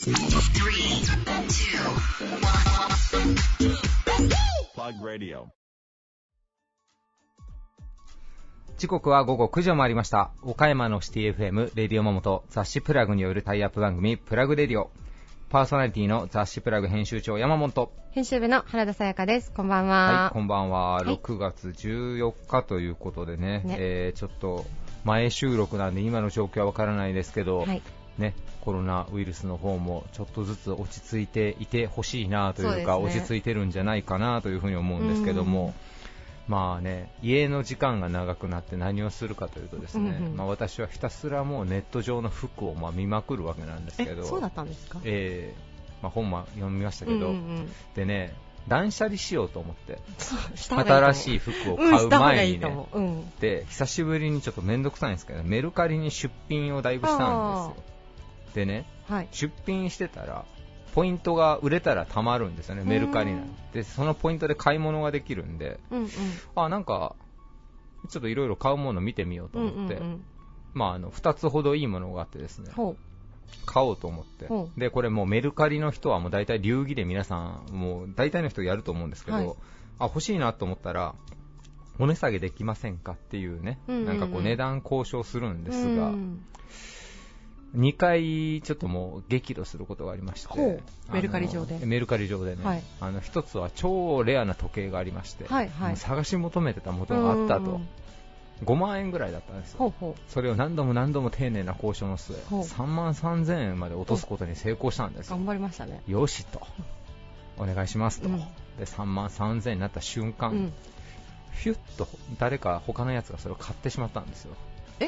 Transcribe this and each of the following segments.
時刻は午後9時を回りました。岡山のシティ FM レディオマモと雑誌プラグによるタイアップ番組プラグレディオ、パーソナリティの雑誌プラグ編集長山本、 編集部の原田さやかです。こんばんは。 はい、こんばんは。6月14日ということでね、ちょっと前収録なんで今の状況はわからないですけど、はいね、コロナウイルスの方もちょっとずつ落ち着いていてほしいなというか、落ち着いてるんじゃないかなというふうに思うんですけども、まあね、家の時間が長くなって何をするかというとですね、私はひたすらもうネット上の服を見まくるわけなんですけど。 そうだったんですか。 本も読みましたけど、でね、断捨離しようと思って新しい服を買う前にね、で久しぶりにちょっとめんどくさいんですけどメルカリに出品をだいぶしたんですよ。でね、出品してたらポイントが売れたら貯まるんですよね、メルカリなんで。そのポイントで買い物ができるんで、なんかちょっといろいろ買うもの見てみようと思って、2つほどいいものがあってですね、買おうと思って、でこれもうメルカリの人はもう大体流儀で皆さんもう大体の人やると思うんですけど、欲しいなと思ったらお値下げできませんかっていうね、なんかこう値段交渉するんですが、2回ちょっともう激怒することがありまして、 メルカリ上でね、一つは超レアな時計がありまして、探し求めてたものがあったと。5万円ぐらいだったんですよ。それを何度も何度も丁寧な交渉の末、3万3000円まで落とすことに成功したんですよ。 頑張りましたね。 よしと、お願いしますと、で3万3000円になった瞬間、ヒュッと誰か他のやつがそれを買ってしまったんですよ。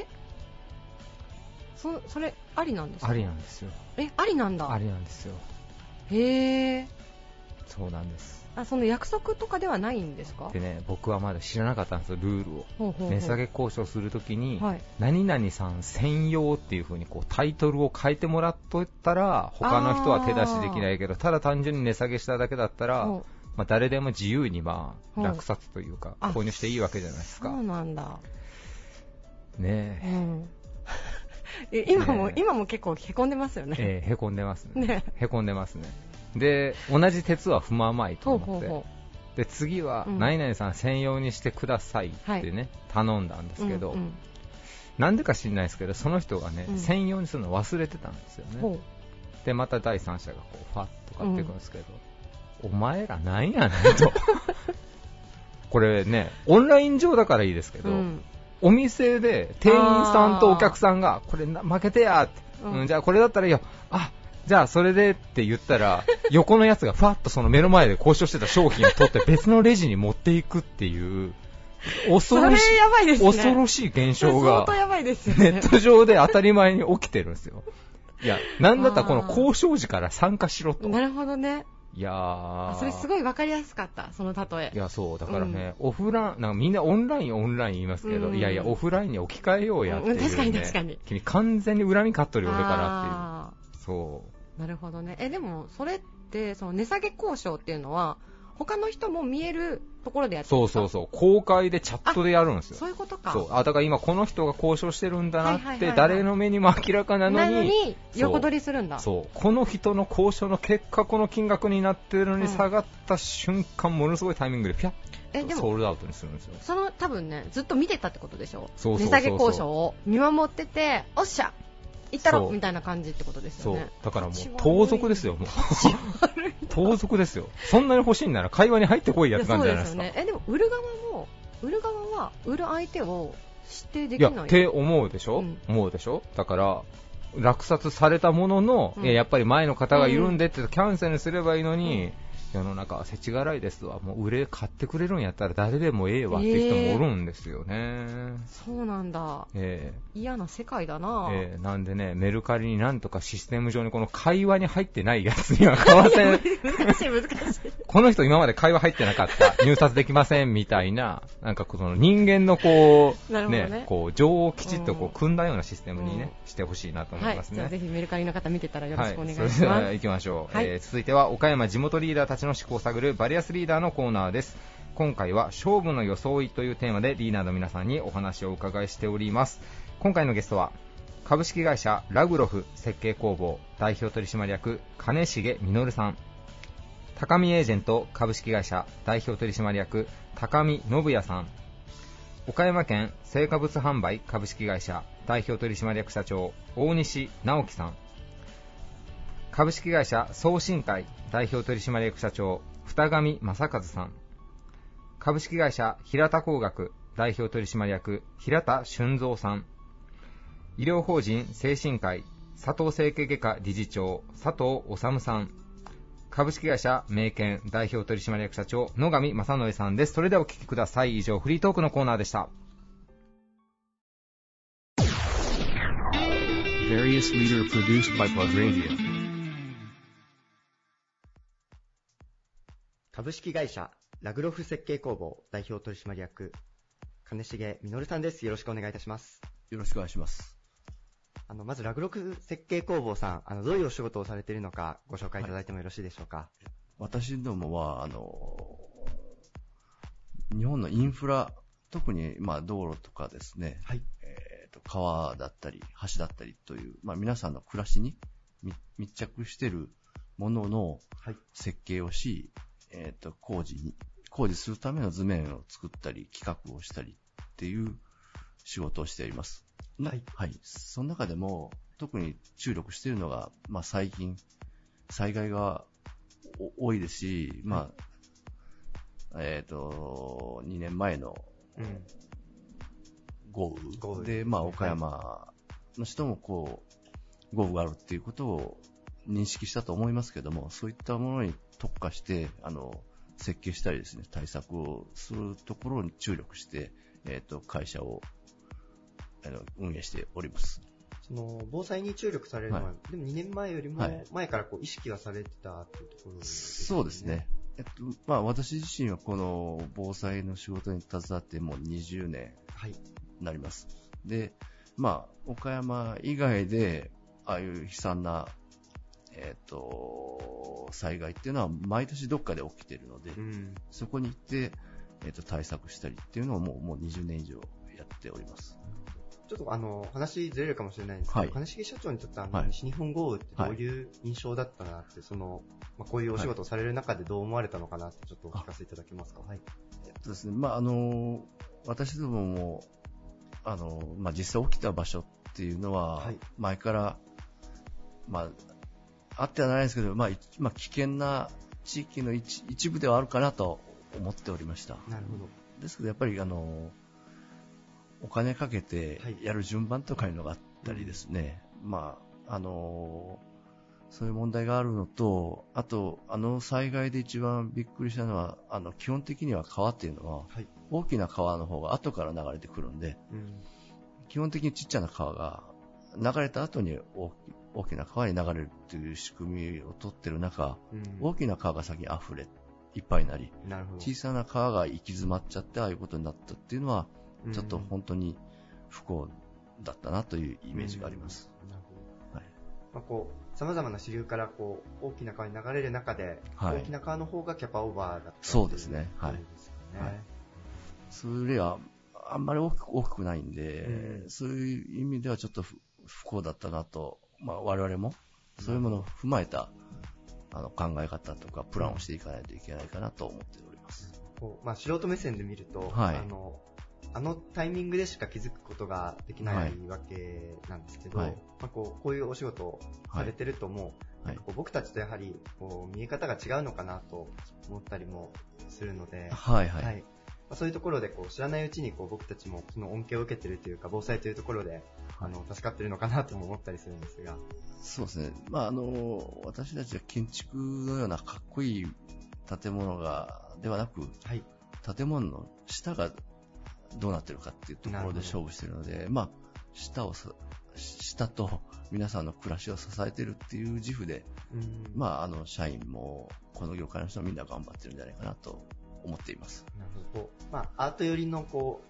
それありなんですか。 ありなんですよ。 ありなんだ。 ありなんですよ。 へえ。 そうなんです。 その約束とかではないんですか。 でね、僕はまだ知らなかったんですよ、ルールを。値下げ交渉するときに、何々さん専用っていう風にこうタイトルを変えてもらっとったら他の人は手出しできないけど、ただ単純に値下げしただけだったら、誰でも自由に落札というか購入していいわけじゃないですか。 そうなんだねえ、 今も結構へこんでますよね。 へこんでますね。へこんでますね。で、同じ鉄は踏まないと思って、で次は何々さん専用にしてくださいってね、頼んだんですけど、なんでか知らないですけどその人がね、専用にするの忘れてたんですよね。でまた第三者がこうファッと買っていくんですけど、お前らなんやねんとこれね、オンライン上だからいいですけど、お店で店員さんとお客さんがこれ負けてやって、じゃあこれだったらいいよ、じゃあそれでって言ったら横のやつがファッとその目の前で交渉してた商品を取って別のレジに持っていくっていう恐ろしい現象がネット上で当たり前に起きてるんですよ。いや、なんだったらこの交渉時から参加しろと。 なるほどね。 いやそれすごい分かりやすかった、その例え。 いや、そうだからね、オフラインなんかみんなオンライン言いますけど、いやいやオフラインに置き換えようやっていう、ね、 確かに君完全に恨み買っとるよ俺からっていう。そうなるほどね。でもそれってその値下げ交渉っていうのは他の人も見えるところでやってるんですか。 そう公開でチャットでやるんですよ。 そういうことか。 だから今この人が交渉してるんだなって誰の目にも明らかなのに横取りするんだ。 この人の交渉の結果この金額になってるのに下がった瞬間、ものすごいタイミングでピャッとソールドアウトにするんですよ。 多分ね、ずっと見てたってことでしょ。値下げ交渉を見守ってて、おっしゃ行ったろみたいな感じってことですよね。 だからもう盗賊ですよ。もう盗賊ですよ。そんなに欲しいんなら会話に入ってこいやって感じじゃないですか。 そうですよね。でも売る側は売る相手を指定できない。いやって思うでしょ、だから落札されたものの、やっぱり前の方がいるんでってキャンセルすればいいのに、世の中は世知辛いですわ。もう買ってくれるんやったら誰でもええわって人もおるんですよね。 そうなんだ。嫌な世界だな。 なんでね、メルカリになんとかシステム上にこの会話に入ってないやつには買わせん難しいこの人今まで会話入ってなかった入札できませんみたいな、なんかこの人間のこう情をきちっとこう組んだようなシステムにね、してほしいなと思いますね。 じゃあぜひメルカリの方見てたらよろしくお願いします。 それでは行きましょう。続いては岡山地元リーダーたちの思考を探るバリアスリーダーのコーナーです。今回は勝負の装いというテーマでリーダーの皆さんにお話をお伺いしております。今回のゲストは株式会社ラグロフ設計工房代表取締役金重実さん、高見エージェント株式会社代表取締役高見信也さん、岡山県成果物販売株式会社代表取締役社長大西直樹さん、株式会社送信会代表取締役社長二上正和さん、株式会社平田工学代表取締役平田俊三さん、医療法人精神科医佐藤整形外科理事長佐藤治さん、株式会社名犬代表取締役社長野上正則さんです。それではお聞きください。以上フリートークのコーナーでした。 株式会社ラグロフ設計工房代表取締役金重実さんです。よろしくお願いいたします。 よろしくお願いします。 まずラグロフ設計工房さん、どういうお仕事をされているのかご紹介いただいてもよろしいでしょうか。はい、 私どもは日本のインフラ、特に道路とかですね、はい、川だったり橋だったりという、皆さんの暮らしに密着しているものの設計をし、工事するための図面を作ったり企画をしたりっていう仕事をしております。はい。はい。その中でも特に注力しているのが、最近災害が多いですし、2年前の豪雨で、岡山の人も豪雨があるっていうことを認識したと思いますけども、そういったものに特化して設計したりですね、対策をするところに注力して、会社を運営しております。 その防災に注力されるのは、でも2年前よりも前から意識がされてたというところですね。 そうですね。私自身はこの防災の仕事に携わってもう20年になります。はい、で、岡山以外でああいう悲惨な災害っていうのは毎年どっかで起きているので、そこに行って、対策したりっていうのをもう20年以上やっております。 ちょっと話ずれるかもしれないんですけど、金重社長にとって西日本豪雨ってどういう印象だったなって、こういうお仕事をされる中でどう思われたのかなってちょっとお聞かせいただけますか。はい。 ですね、私どもも実際起きた場所っていうのは、前からあってはならないですけど、危険な地域の一部ではあるかなと思っておりました。 なるほど。 ですけどやっぱりお金かけてやる順番とかいうのがあったりですね、そういう問題があるのと、あと災害で一番びっくりしたのは基本的には川っていうのは、大きな川の方が後から流れてくるんで、基本的にちっちゃな川が流れた後に大きな川に流れるっていう仕組みを取ってる中、大きな川が先に溢れいっぱいになり、小さな川が行き詰まっちゃってああいうことになったっていうのはちょっと本当に不幸だったなというイメージがあります。なるほど。様々な支流から大きな川に流れる中で、大きな川の方がキャパオーバーだった。 そうですね。はい。それはあんまり大きくないんで、そういう意味ではちょっと不幸だったなと、我々もそういうものを踏まえた考え方とかプランをしていかないといけないかなと思っております。 素人目線で見ると、タイミングでしか気づくことができないわけなんですけど、こういうお仕事をされてるともう、僕たちとやはり見え方が違うのかなと思ったりもするので、そういうところで知らないうちに僕たちもその恩恵を受けているというか、防災というところで助かっているのかなとも思ったりするんですが。 そうですね。私たちは建築のようなかっこいい建物ではなく、建物の下がどうなってるかっていうところで勝負しているので、下と皆さんの暮らしを支えているっていう自負で、社員もこの業界の人もみんな頑張ってるんじゃないかなと思っています。 なるほど。アート寄りの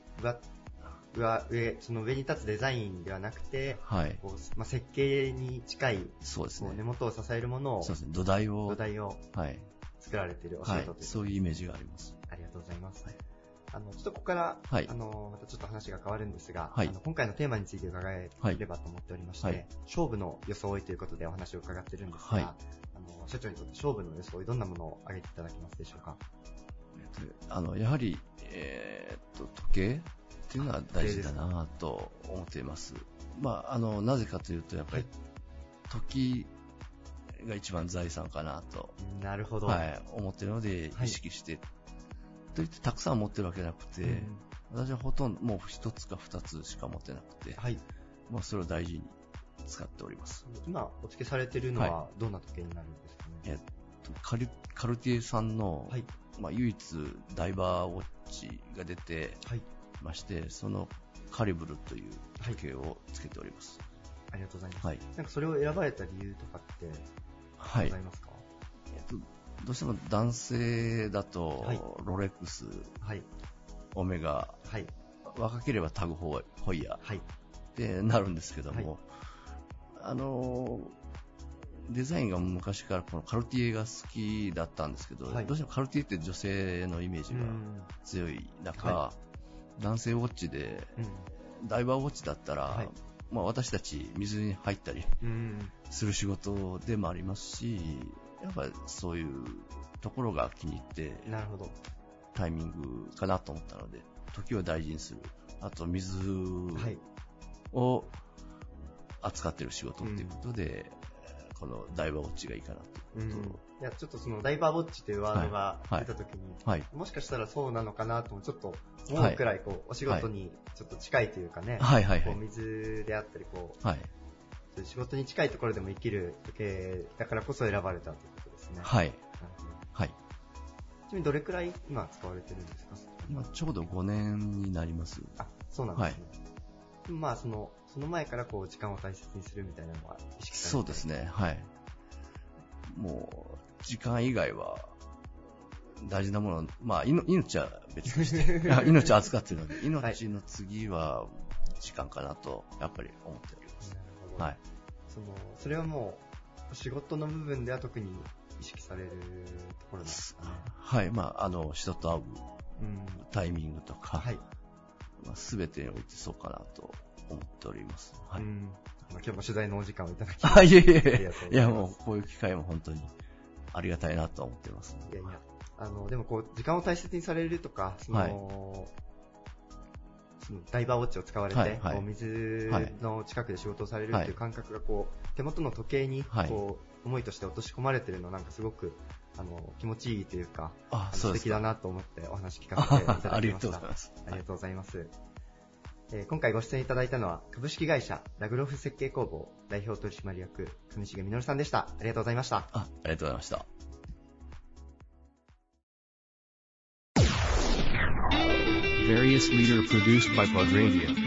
その上に立つデザインではなくて、設計に近い、そうですね、根元を支えるものを、 そうですね、土台を作られているお仕事という、 そういうイメージがあります。 ありがとうございます。 ちょっとここから、またちょっと話が変わるんですが、今回のテーマについて伺えればと思っておりまして、勝負の装いということでお話を伺ってるんですが、社長にとって勝負の装い、どんなものを挙げていただけますでしょうか。 やはり、時計っていうのは大事だなと思っています。なぜかというと、やっぱり、時が一番財産かなと。 なるほど。 思っているので、意識して、といってたくさん持ってるわけじゃなくて、私はほとんどもう一つか二つしか持ってなくて、それを大事に使っております。 今お付けされているのはどんな時計になるんですかね。 カルティエさんの、唯一ダイバーウォッチが出てまして、そのカリブルという時計をつけております。 ありがとうございます。なんかそれを選ばれた理由とかってございますか。 どうしても男性だと、ロレックス、オメガ、若ければタグホイヤってなるんですけども、デザインが昔からこのカルティエが好きだったんですけど、どうしてもカルティエって女性のイメージが強い中、男性ウォッチで、ダイバーウォッチだったら、私たち水に入ったりする仕事でもありますし、やっぱりそういうところが気に入って、タイミングかなと思ったので、時を大事にする、あと水を扱っている仕事ということで、このダイバーウォッチがいいかなということ。 いや、ちょっとそのダイバーウォッチというワードが出たときに、もしかしたらそうなのかなともちょっと思うくらい、お仕事にちょっと近いというかね、水であったり、仕事に近いところでも生きる時計だからこそ選ばれたということですね。ちなみにどれくらい今使われてるんですか。 今ちょうど5年になります。 そうなんですね。その前から時間を大切にするみたいなのは意識されて。 そうですね。もう時間以外は大事なもの、命は別にして命を扱っているので、命の次は時間かなとやっぱり思っております。 なるほど。それはもう仕事の部分では特に意識されるところなんですかね。 人と会うタイミングとか、全てにおいてそうかなと思っております。 今日も取材のお時間をいただきいや、もうこういう機会も本当にありがたいなと思っています。 でも時間を大切にされるとか、そのダイバーウォッチを使われて、水の近くで仕事をされるという感覚が手元の時計に思いとして落とし込まれているのなんかすごく気持ちいいというか、素敵だなと思ってお話聞かせていただきました。 ありがとうございます。 ありがとうございます。今回ご出演いただいたのは株式会社ラグロフ設計工房代表取締役上重実さんでした。ありがとうございました。 ありがとうございました。 Various leader produced by Pod Radio。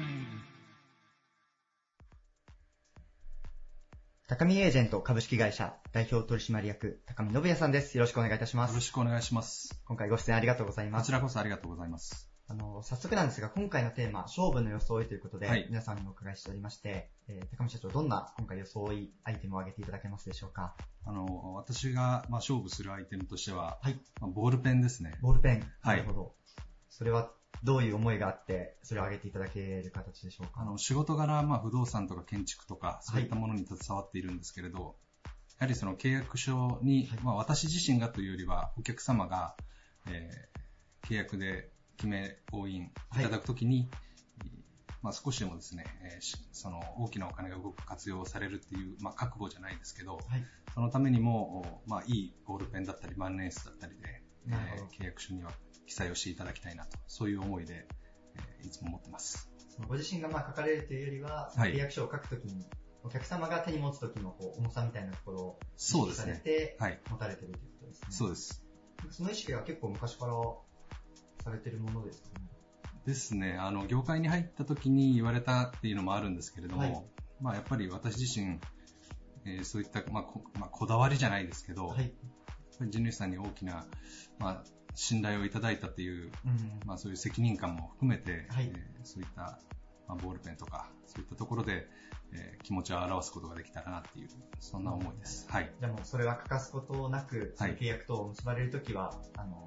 高見エージェント株式会社代表取締役高見信也さんです。よろしくお願いいたします。 よろしくお願いします。 今回ご出演ありがとうございます。 こちらこそありがとうございます。 早速なんですが、今回のテーマ、勝負の装いということで、皆さんにお伺いしておりまして、高見社長、どんな今回装いアイテムを挙げていただけますでしょうか。 私が、勝負するアイテムとしては、ボールペンですね。 ボールペン。なるほど。それはどういう思いがあって、それを挙げていただける形でしょうか。 仕事柄、不動産とか建築とか、そういったものに携わっているんですけれど、やはりその契約書に、私自身がというよりは、お客様が、契約で決め押印いただくときに、少しでもですね、その大きなお金が動く活用されるっていう、覚悟じゃないですけど、そのためにも、いいボールペンだったり万年筆だったりで、契約書には記載をしていただきたいなと、そういう思いで、いつも持ってます。 ご自身が書かれるというよりは、契約書を書くときに、お客様が手に持つときの重さみたいなところを意識されて持たれているということですね。 そうです。 その意識は結構昔からされているものですかね。 ですね。業界に入った時に言われたっていうのもあるんですけれども、やっぱり私自身、そういった、こだわりじゃないですけど、地主さんに大きな、信頼をいただいたっていう、そういう責任感も含めて、そういった、ボールペンとか、そういったところで、気持ちを表すことができたらなっていう、そんな思いです。 じゃあもうそれは欠かすことなく、契約等を結ばれるときは、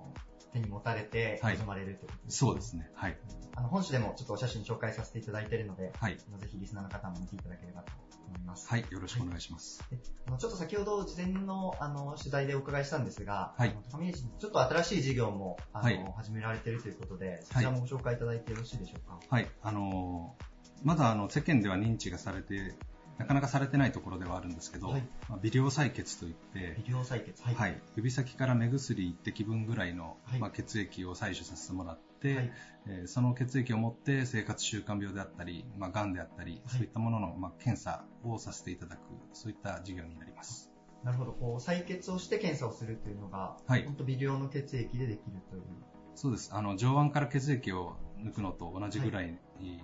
手に持たれて臨まれるということですね。 そうですね。はい。 本誌でもちょっとお写真紹介させていただいているので、はい、ぜひリスナーの方も見ていただければと思います。 はい、よろしくお願いします。 はい、ちょっと先ほど事前の取材でお伺いしたんですが、はい、高見エージェントちょっと新しい事業も始められているということで、そちらもご紹介いただいてよろしいでしょうか。 はい、まだ世間では認知がされてなかなかされてないところではあるんですけど、はい、微量採血といって、 微量採血、はいはい、指先から目薬1滴分ぐらいの、はい、血液を採取させてもらって、はい、その血液を持って生活習慣病であったり、がんであったり、はい、そういったものの、検査をさせていただく、そういった事業になります。 なるほど。採血をして検査をするというのが、はい、本当微量の血液でできるという。 そうです。上腕から血液を抜くのと同じぐらい、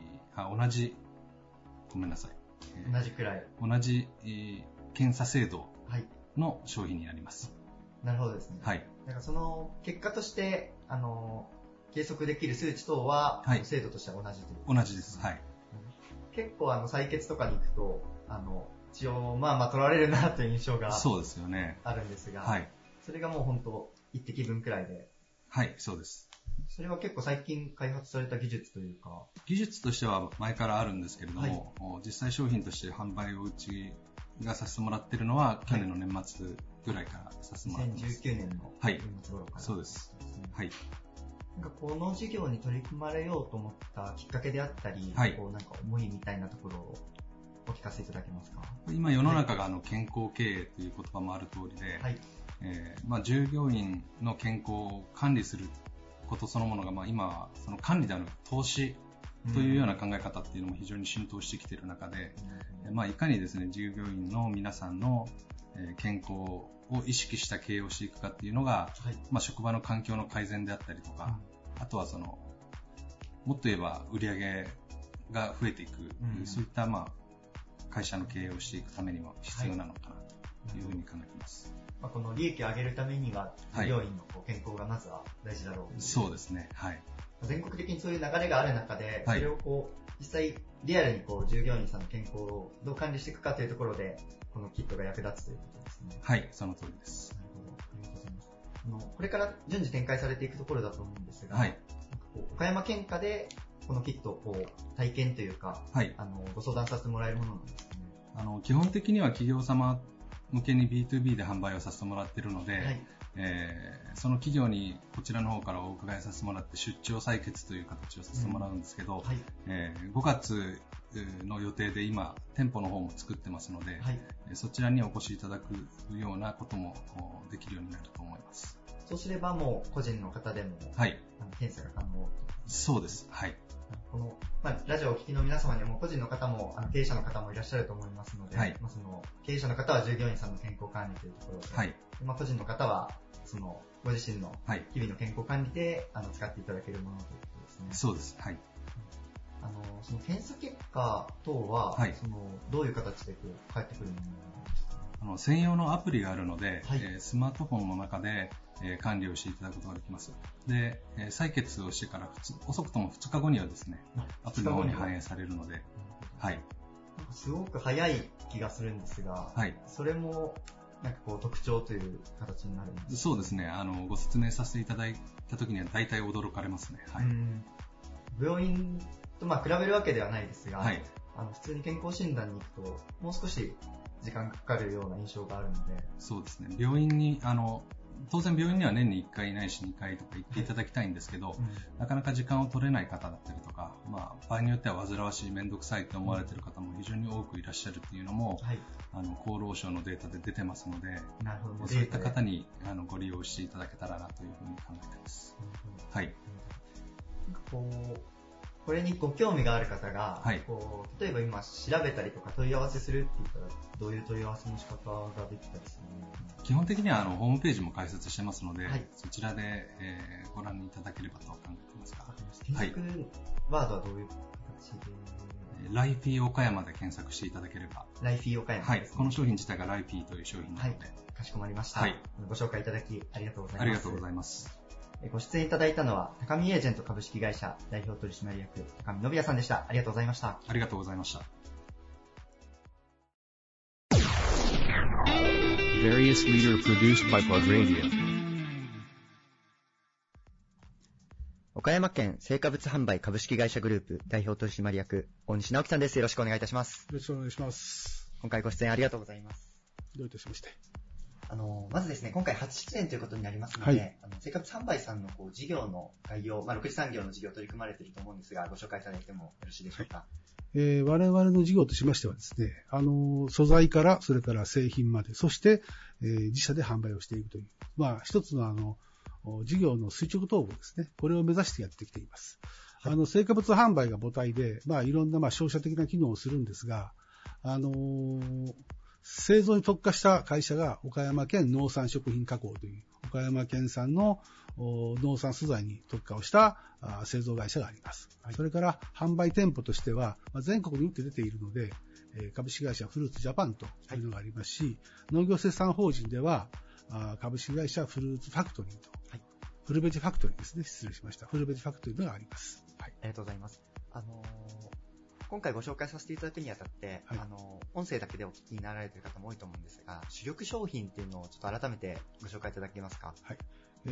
ごめんなさい。 同じくらい。 同じ、検査制度の商品になります。 なるほどですね。はい。だからその結果として、計測できる数値等は、はい、精度としては同じということです。 同じです。はい。 結構採血とかに行くと、血を取られるなという印象がそうですよね。 あるんですが、はい。それがもう本当一滴分くらいで。 はい、そうです。 それは結構最近開発された技術というか。 技術としては前からあるんですけれども、はい、実際商品として販売をうちがさせてもらっているのは、去年の年末ぐらいからさせてもらってます。 2019年の年末頃から、 はい、そうです。はい。 なんかこの事業に取り組まれようと思ったきっかけであったり、はい、なんか思いみたいなところをお聞かせいただけますか。 今世の中が健康経営という言葉もある通りで、はい、従業員の健康を管理することそのものが、今はその管理である投資というような考え方っていうのも非常に浸透してきている中で、いかにですね、従業員の皆さんの健康を意識した経営をしていくかっていうのが、はい、職場の環境の改善であったりとか、あとはもっと言えば売り上げが増えていく、そういった会社の経営をしていくためにも必要なのかなというふうに考えています。 この利益を上げるためには、従業員の健康がまずは大事だろう、はい、 そうですね。はい。 全国的にそういう流れがある中で、それを実際リアルに従業員さんの健康をどう管理していくかというところで、このキットが役立つということですね。 はい、その通りです。 なるほど。ありがとうございます。これから順次展開されていくところだと思うんですが、はい、岡山県下でこのキットを体験というか、はい、ご相談させてもらえるものなんですかね。 基本的には企業様向けに B2B で販売をさせてもらっているので、はい、その企業にこちらの方からお伺いさせてもらって出張採血という形をさせてもらうんですけど、はい、5月の予定で今店舗の方も作ってますので、はい、そちらにお越しいただくようなこともできるようになると思います。 そうすればもう個人の方でも、はい、検査が可能。 そうです。はい。 このラジオをお聞きの皆様にも個人の方も経営者の方もいらっしゃると思いますので、はい、その経営者の方は従業員さんの健康管理というところで、はい、個人の方はそのご自身の日々の健康管理で使っていただけるものということですね。 そうです。はい。 その検査結果等は、はい、どういう形で返ってくるものなんですか？ 専用のアプリがあるので、はい、スマートフォンの中で管理をしていただくことができます。で、採血をしてから遅くとも2日後にはですね、アプリの方に反映されるので、はい。 すごく早い気がするんですが、はい、それも特徴という形になるんですか？ そうですね。ご説明させていただいた時には大体驚かれますね。はい。 病院と比べるわけではないですが、はい、普通に健康診断に行くともう少し時間かかるような印象があるので。 そうですね。病院に当然病院には年に1回ないし2回とか行っていただきたいんですけど、なかなか時間を取れない方だったりとか、場合によっては煩わしい、めんどくさいと思われている方も非常に多くいらっしゃるっていうのも、はい、厚労省のデータで出てますので、なるほど、そういった方にご利用していただけたらなというふうに考えています。はい。 これにご興味がある方が、はい、例えば今調べたりとか問い合わせするって言ったらどういう問い合わせの仕方ができたりするの？ 基本的にはホームページも開設してますので、はい、そちらで、ご覧いただければと考えていますが、 検索ワードはどういう形で？ ライフィー岡山で検索していただければ。 ライフィー岡山ですね。 はい。この商品自体がライフィーという商品なので、はい、 かしこまりました。はい。ご紹介いただきありがとうございます。 ありがとうございます。 ご出演いただいたのは高見エージェント株式会社代表取締役高見信也さんでした。ありがとうございました。 ありがとうございました。 Various Leader produced by Pod Radio 岡山県成果物販売株式会社グループ代表取締役大西直樹さんです。よろしくお願いいたします。 よろしくお願いします。 今回ご出演ありがとうございます。 どういたしまして。 まずですね、今回初出演ということになりますので、はい、成果物販売さんの事業の概要、6次産業の事業を取り組まれていると思うんですが、ご紹介いただいてもよろしいでしょうか。 我々の事業としましてはですね、素材からそれから製品まで、そして、自社で販売をしていくという、一つの事業の垂直統合ですね、これを目指してやってきています。はい、成果物販売が母体で、いろんな商社的な機能をするんですが、製造に特化した会社が岡山県農産食品加工という岡山県産の農産素材に特化をした製造会社があります。はい、それから販売店舗としては全国に打って出ているので株式会社フルーツジャパンというのがありますし、はい、農業生産法人では株式会社フルーツファクトリーと、はい、フルベジファクトリーですね。失礼しました。フルベジファクトリーがあります。 はい、ありがとうございます。今回ご紹介させていただくにあたって、はい、音声だけでお聞きになられている方も多いと思うんですが、主力商品っていうのをちょっと改めてご紹介いただけますか。 はい。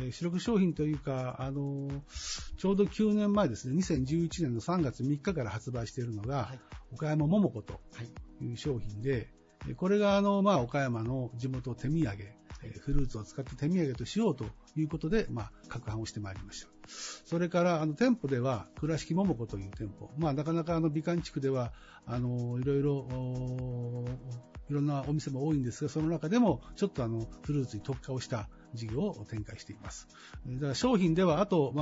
主力商品というか、ちょうど9年前ですね、2011年の3月3日から発売しているのが、はい、岡山桃子という商品で、これが岡山の地元手土産、フルーツを使って手土産としようということで、拡販をしてまいりました。それから、店舗では、倉敷桃子という店舗。なかなか美観地区では、いろんなお店も多いんですが、その中でも、ちょっとフルーツに特化をした事業を展開しています。だから商品では、あと、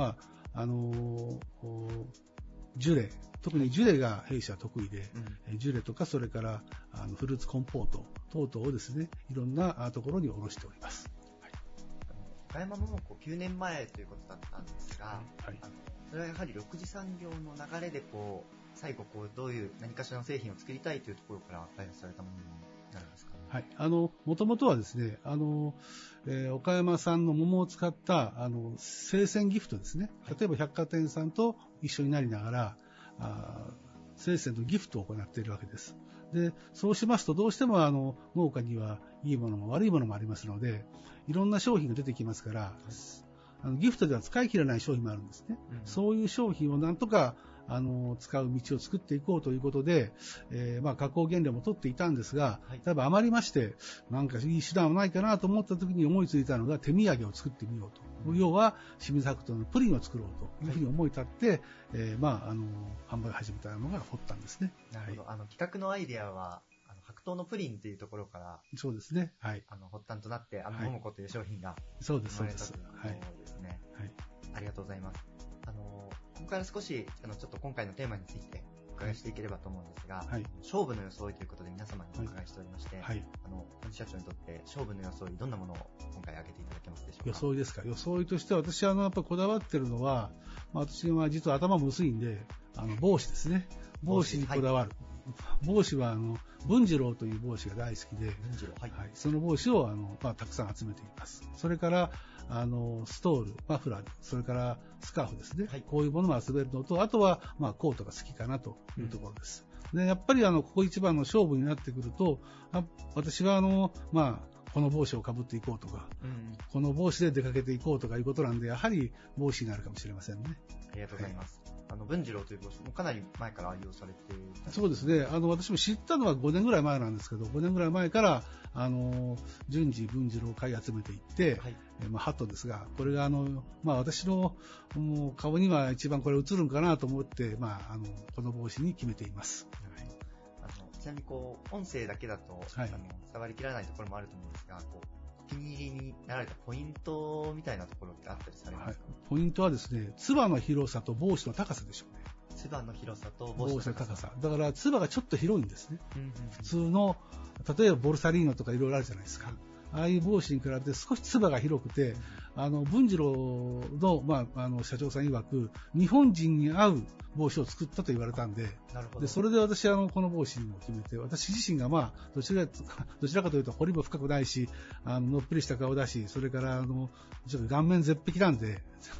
ジュレ、特にジュレが弊社得意で、ジュレとかそれからフルーツコンポート等々をですね、いろんなところに卸しております。はい、 岡山桃子9年前ということだったんですが、はい、それはやはり6次産業の流れで最後どういう何かしらの製品を作りたいというところから開発されたものになるんですかね。 はい、もともとはですね、岡山産の桃を使った生鮮ギフトですね。例えば百貨店さんと一緒になりながら生鮮のギフトを行っているわけです。で、そうしますとどうしても農家にはいいものも悪いものもありますので、いろんな商品が出てきますから、ギフトでは使い切れない商品もあるんですね。そういう商品をなんとか使う道を作っていこうということで、加工原料も取っていたんですが、例えば余りまして、なんかいい手段はないかなと思った時に思いついたのが手土産を作ってみようと。要は、清水白桃のプリンを作ろうというふうに思い立って、販売を始めたのが発端ですね。 なるほど。企画のアイデアは、白桃のプリンというところから、 そうですね。はい。 発端となって、桃子という商品がそうです、そうです。はい。ですね。はい。ありがとうございます。ここから少し、ちょっと今回のテーマについてお伺いしていければと思うんですが、はい、勝負の装いということで皆様にお伺いしておりまして、はい、本社長にとって勝負の装い、どんなものを今回挙げていただけますでしょうか。 装いですか。装いとしては私やっぱこだわってるのは、私は実は頭も薄いんで、帽子ですね。帽子にこだわる。帽子は文次郎という帽子が大好きで、はいはい、その帽子をたくさん集めています。それからストール、マフラー、それからスカーフですね。はい、こういうものも集めるのと、あとはコートが好きかなというところです。でやっぱりここ一番の勝負になってくると、私はこの帽子をかぶっていこうとか、この帽子で出かけていこうとかいうことなんで、やはり帽子になるかもしれませんね。 ありがとうございます。文次郎という帽子もかなり前から愛用されていた。 そうですね。私も知ったのは5年ぐらい前なんですけど、5年ぐらい前から、順次文次郎を買い集めていって、はい、ハットですが、これが私のもう顔には一番これ映るんかなと思って、この帽子に決めています。 はい、ちなみに音声だけだと、はい、伝わりきらないところもあると思うんですが、お気に入りになられたポイントみたいなところってあったりされますか。はい、 ポイントはですね、つばの広さと帽子の高さでしょうね。 つばの広さと帽子の高さ。 だからつばがちょっと広いんですね。普通の例えばボルサリーノとかいろいろあるじゃないですか。ああいう帽子に比べて少しつばが広くて、文次郎の、社長さん曰く日本人に合う帽子を作ったと言われたんで、 なるほど。 でそれで私この帽子を決めて、私自身がどちらかというと彫りも深くないし、のっぷりした顔だし、それからちょっと顔面絶壁なんで。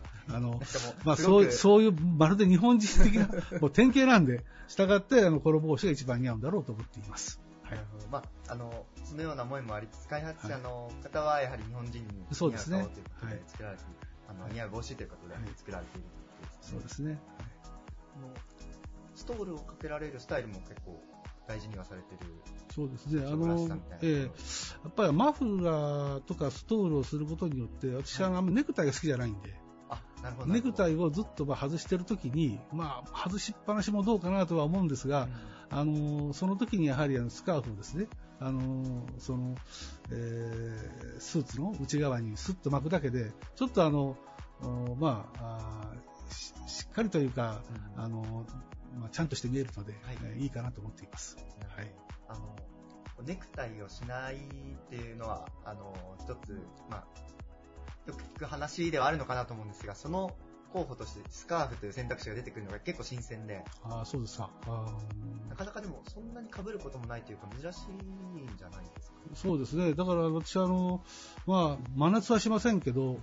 そういうまるで日本人的な典型なんで、従ってこの帽子が一番似合うんだろうと思っています。 なるほど。そのような思いもありつつ、開発者の方はやはり日本人に似合う顔ということで作られている、似合う帽子ということで作られているそうですね。 ストールをかけられるスタイルも結構大事にはされてる。 そうですね。やっぱりマフラーとかストールをすることによって、私はあんまネクタイが好きじゃないんで、 なるほど。 ネクタイをずっと外してるときに、外しっぱなしもどうかなとは思うんですが、その時にやはりスカーフをですね、スーツの内側にスッと巻くだけで、ちょっとしっかりというか、ちゃんとして見えるので、いいかなと思っています。はい。 ネクタイをしないっていうのは、一つ、よく聞く話ではあるのかなと思うんですが、その候補としてスカーフという選択肢が出てくるのが結構新鮮で。 そうですか。 なかなかでもそんなに被ることもないというか珍しいんじゃないですか。 そうですね。だから私真夏はしませんけど、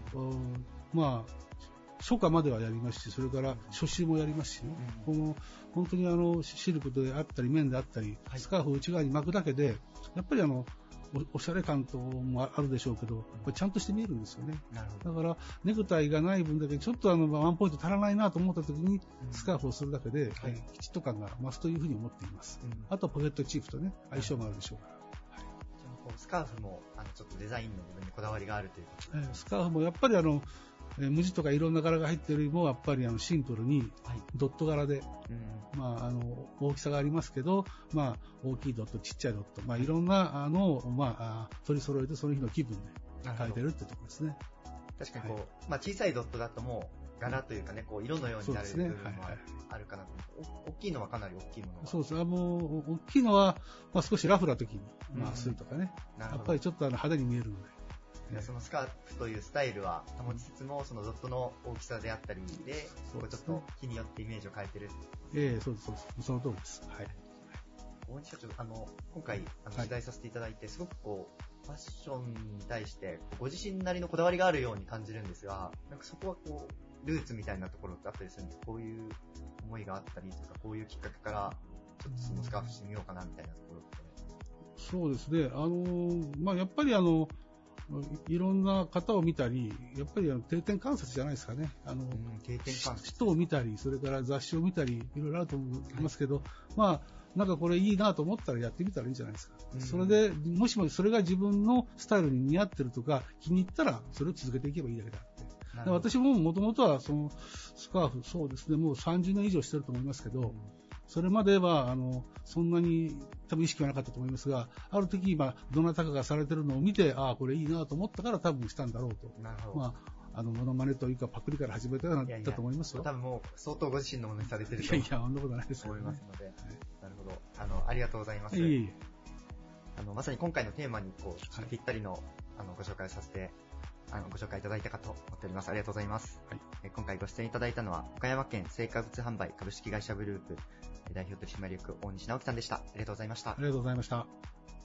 初夏まではやりますし、それから初秋もやりますし、本当にシルクであったり綿であったり、スカーフを内側に巻くだけで、やっぱりおしゃれ感ともあるでしょうけど、ちゃんとして見えるんですよね。だからネクタイがない分だけちょっとワンポイント足らないなと思った時にスカーフをするだけで、きちっと感が増すというふうに思っています。あとはポケットチーフとね、相性もあるでしょうから。 スカーフもちょっとデザインの部分にこだわりがあるということですね。 スカーフもやっぱり無地とかいろんな柄が入っているよりもやっぱりシンプルにドット柄で、大きさがありますけど、大きいドット、ちっちゃいドット、いろんな取り揃えてその日の気分で描いてるってところですね。 確かに小さいドットだともう柄というかね、色のようになる部分もあるかなと思って、大きいのはかなり大きいものが。 そうです。大きいのは少しラフな時にするとかね、やっぱりちょっと派手に見えるので。 そのスカーフというスタイルは保ちつつも、そのドットの大きさであったりで、ちょっと日によってイメージを変えてる。 そうです。その通りです。はい。 大西社長、今回取材させていただいて、すごくファッションに対してご自身なりのこだわりがあるように感じるんですが、なんかそこはルーツみたいなところってあったりするんですか？こういう思いがあったりとか、こういうきっかけからちょっとそのスカーフしてみようかなみたいなところって。 そうですね。やっぱりいろんな方を見たり、やっぱり定点観察じゃないですかね。 定点観察。 人を見たり、それから雑誌を見たり、いろいろあると思いますけど、なんかこれいいなと思ったらやってみたらいいんじゃないですか。それで、もしもそれが自分のスタイルに似合ってるとか、気に入ったら、それを続けていけばいいだけだって。私ももともとは、そのスカーフ、そうですね、もう30年以上してると思いますけど、それまではそんなに多分意識はなかったと思いますが、ある時どなたかがされてるのを見て、これいいなと思ったから多分したんだろうと。 なるほど。 モノマネというかパクリから始めたようだと思いますよ。 多分もう相当ご自身のものにされてるとそんなことないです思いますので、なるほど。ありがとうございます。まさに今回のテーマにぴったりのご紹介させてご紹介いただいたかと思っております。ありがとうございます。今回ご出演いただいたのは岡山県成果物販売株式会社グループ代表取締役大西直樹さんでした。ありがとうございました。 ありがとうございました。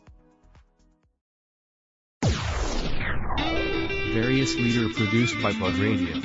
Various leader produced by Pod Radio。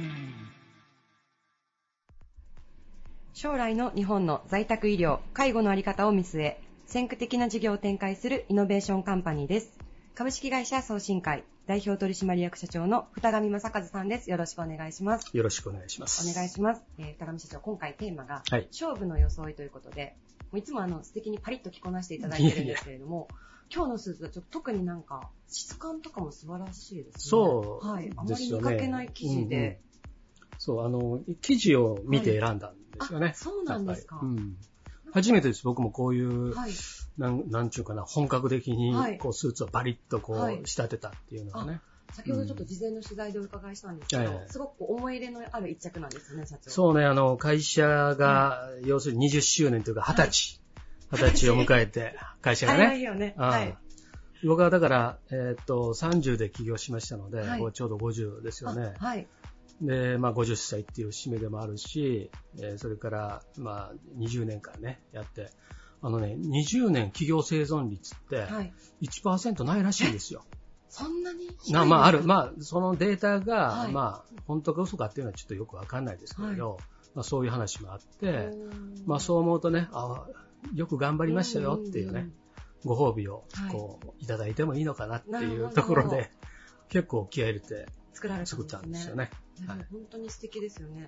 将来の日本の在宅医療・介護のあり方を見据え、先駆的な事業を展開するイノベーションカンパニーです。株式会社送信会代表取締役社長の二上正和さんです。よろしくお願いします。 よろしくお願いします。 お願いします。二上社長、今回テーマが、勝負の装いということで、いつも素敵にパリッと着こなしていただいてるんですけれども、今日のスーツはちょっと特になんか質感とかも素晴らしいですね。 そうですよね。 あまり見かけない生地で。 生地を見て選んだんですよね。 そうなんですか。 初めてです。僕もこういう、なんちゅうかな、本格的にスーツをバリッと仕立てたっていうのがね。 先ほどちょっと事前の取材でお伺いしたんですけど、すごく思い入れのある一着なんですね、社長。 そうね、会社が、要するに20周年というか20歳を迎えて、会社がね。僕はだから、30で起業しましたので、ちょうど50ですよね。で、50歳っていう節目でもあるし、それから、20年間ね、やって、20年企業生存率って、1% ないらしいんですよ。 そんなにある。そのデータが、本当か嘘かっていうのはちょっとよくわかんないですけれど、そういう話もあって、そう思うとね、よく頑張りましたよっていうね、ご褒美をいただいてもいいのかなっていうところで、結構気合い入れて作ったんですよね。 本当に素敵ですよね。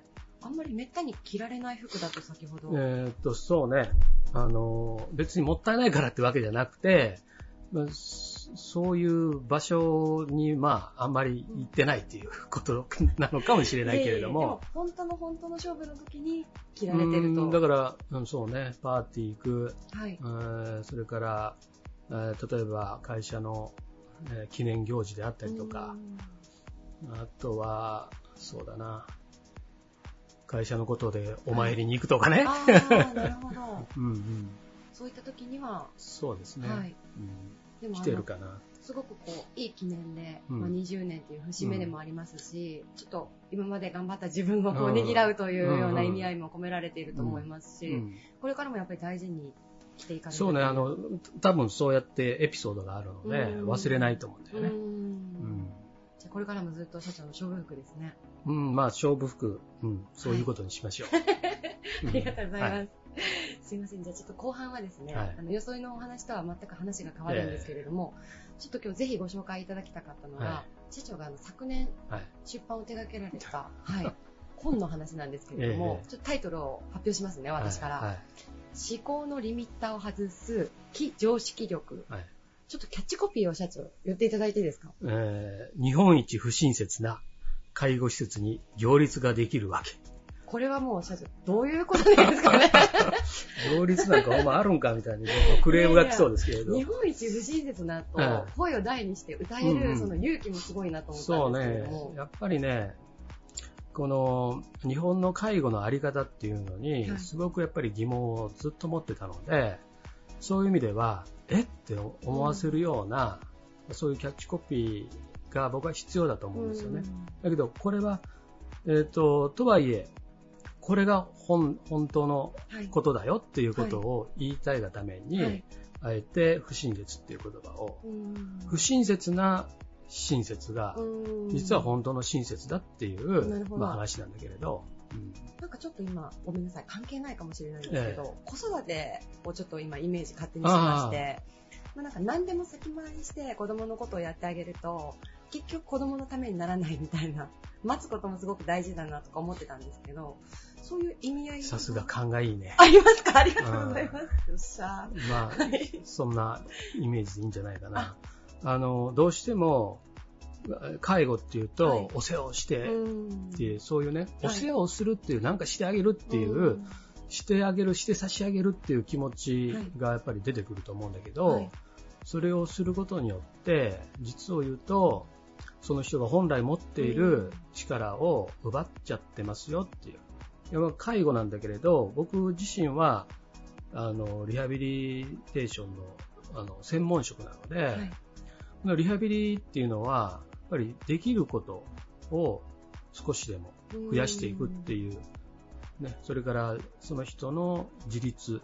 あんまりめったに着られない服だと先ほど。 そうね。別にもったいないからってわけじゃなくて、そういう場所に、あんまり行ってないっていうことなのかもしれないけれども。 でも、本当の勝負の時に着られてると。 だから、そうね、パーティー行く。はい。それから、例えば会社の、記念行事であったりとか、あとは、そうだな、会社のことでお参りに行くとかね。 なるほど。そういった時には。 そうですね。はい。来てるかな。 すごくいい記念で、20年という節目でもありますし、ちょっと今まで頑張った自分をねぎらうというような意味合いも込められていると思いますし、これからもやっぱり大事に来ていかないと。 そうね、多分そうやってエピソードがあるので、忘れないと思うんだよね。 じゃあこれからもずっと社長の勝負服ですね。 勝負服、そういうことにしましょう。 ありがとうございます。すいません。じゃあちょっと後半はですね、装いのお話とは全く話が変わるんですけれども、ちょっと今日ぜひご紹介いただきたかったのが、社長が昨年出版を手掛けられた、本の話なんですけれども、ちょっとタイトルを発表しますね、私から。思考のリミッターを外す非常識力。ちょっとキャッチコピーを社長言っていただいていいですか？ 日本一不親切な介護施設に行列ができるわけ。 これはもう社長、どういうことなんですかね。 行列なんかお前あるんかみたいにクレームが来そうですけれど。 日本一不親切なと、声を大にして歌えるその勇気もすごいなと思ったんですけれども。 そうね。やっぱりね、この日本の介護のあり方っていうのに、すごくやっぱり疑問をずっと持ってたので、そういう意味では、って思わせるような、そういうキャッチコピーが僕は必要だと思うんですよね。だけど、これは、とはいえ、これが本当のことだよっていうことを言いたいがために、あえて不親切っていう言葉を、不親切な親切が、実は本当の親切だっていう、話なんだけれど、 なんかちょっと今、ごめんなさい、関係ないかもしれないんですけど、子育てをちょっと今イメージ勝手にしまして、なんか何でも先回りして子供のことをやってあげると、結局子供のためにならないみたいな、待つこともすごく大事だなとか思ってたんですけど、そういう意味合いさすが勘がいいね。 ありますか？ありがとうございます。よっしゃー。そんなイメージでいいんじゃないかな。どうしても、介護っていうと、お世話をしてっていう、そういうね、お世話をするっていう、なんかしてあげるっていう、して差し上げるっていう気持ちがやっぱり出てくると思うんだけど、それをすることによって、実を言うと、その人が本来持っている力を奪っちゃってますよっていう。介護なんだけれど、僕自身は、リハビリテーションの、専門職なので、リハビリっていうのは、やっぱりできることを少しでも増やしていくっていう、ね、それからその人の自立、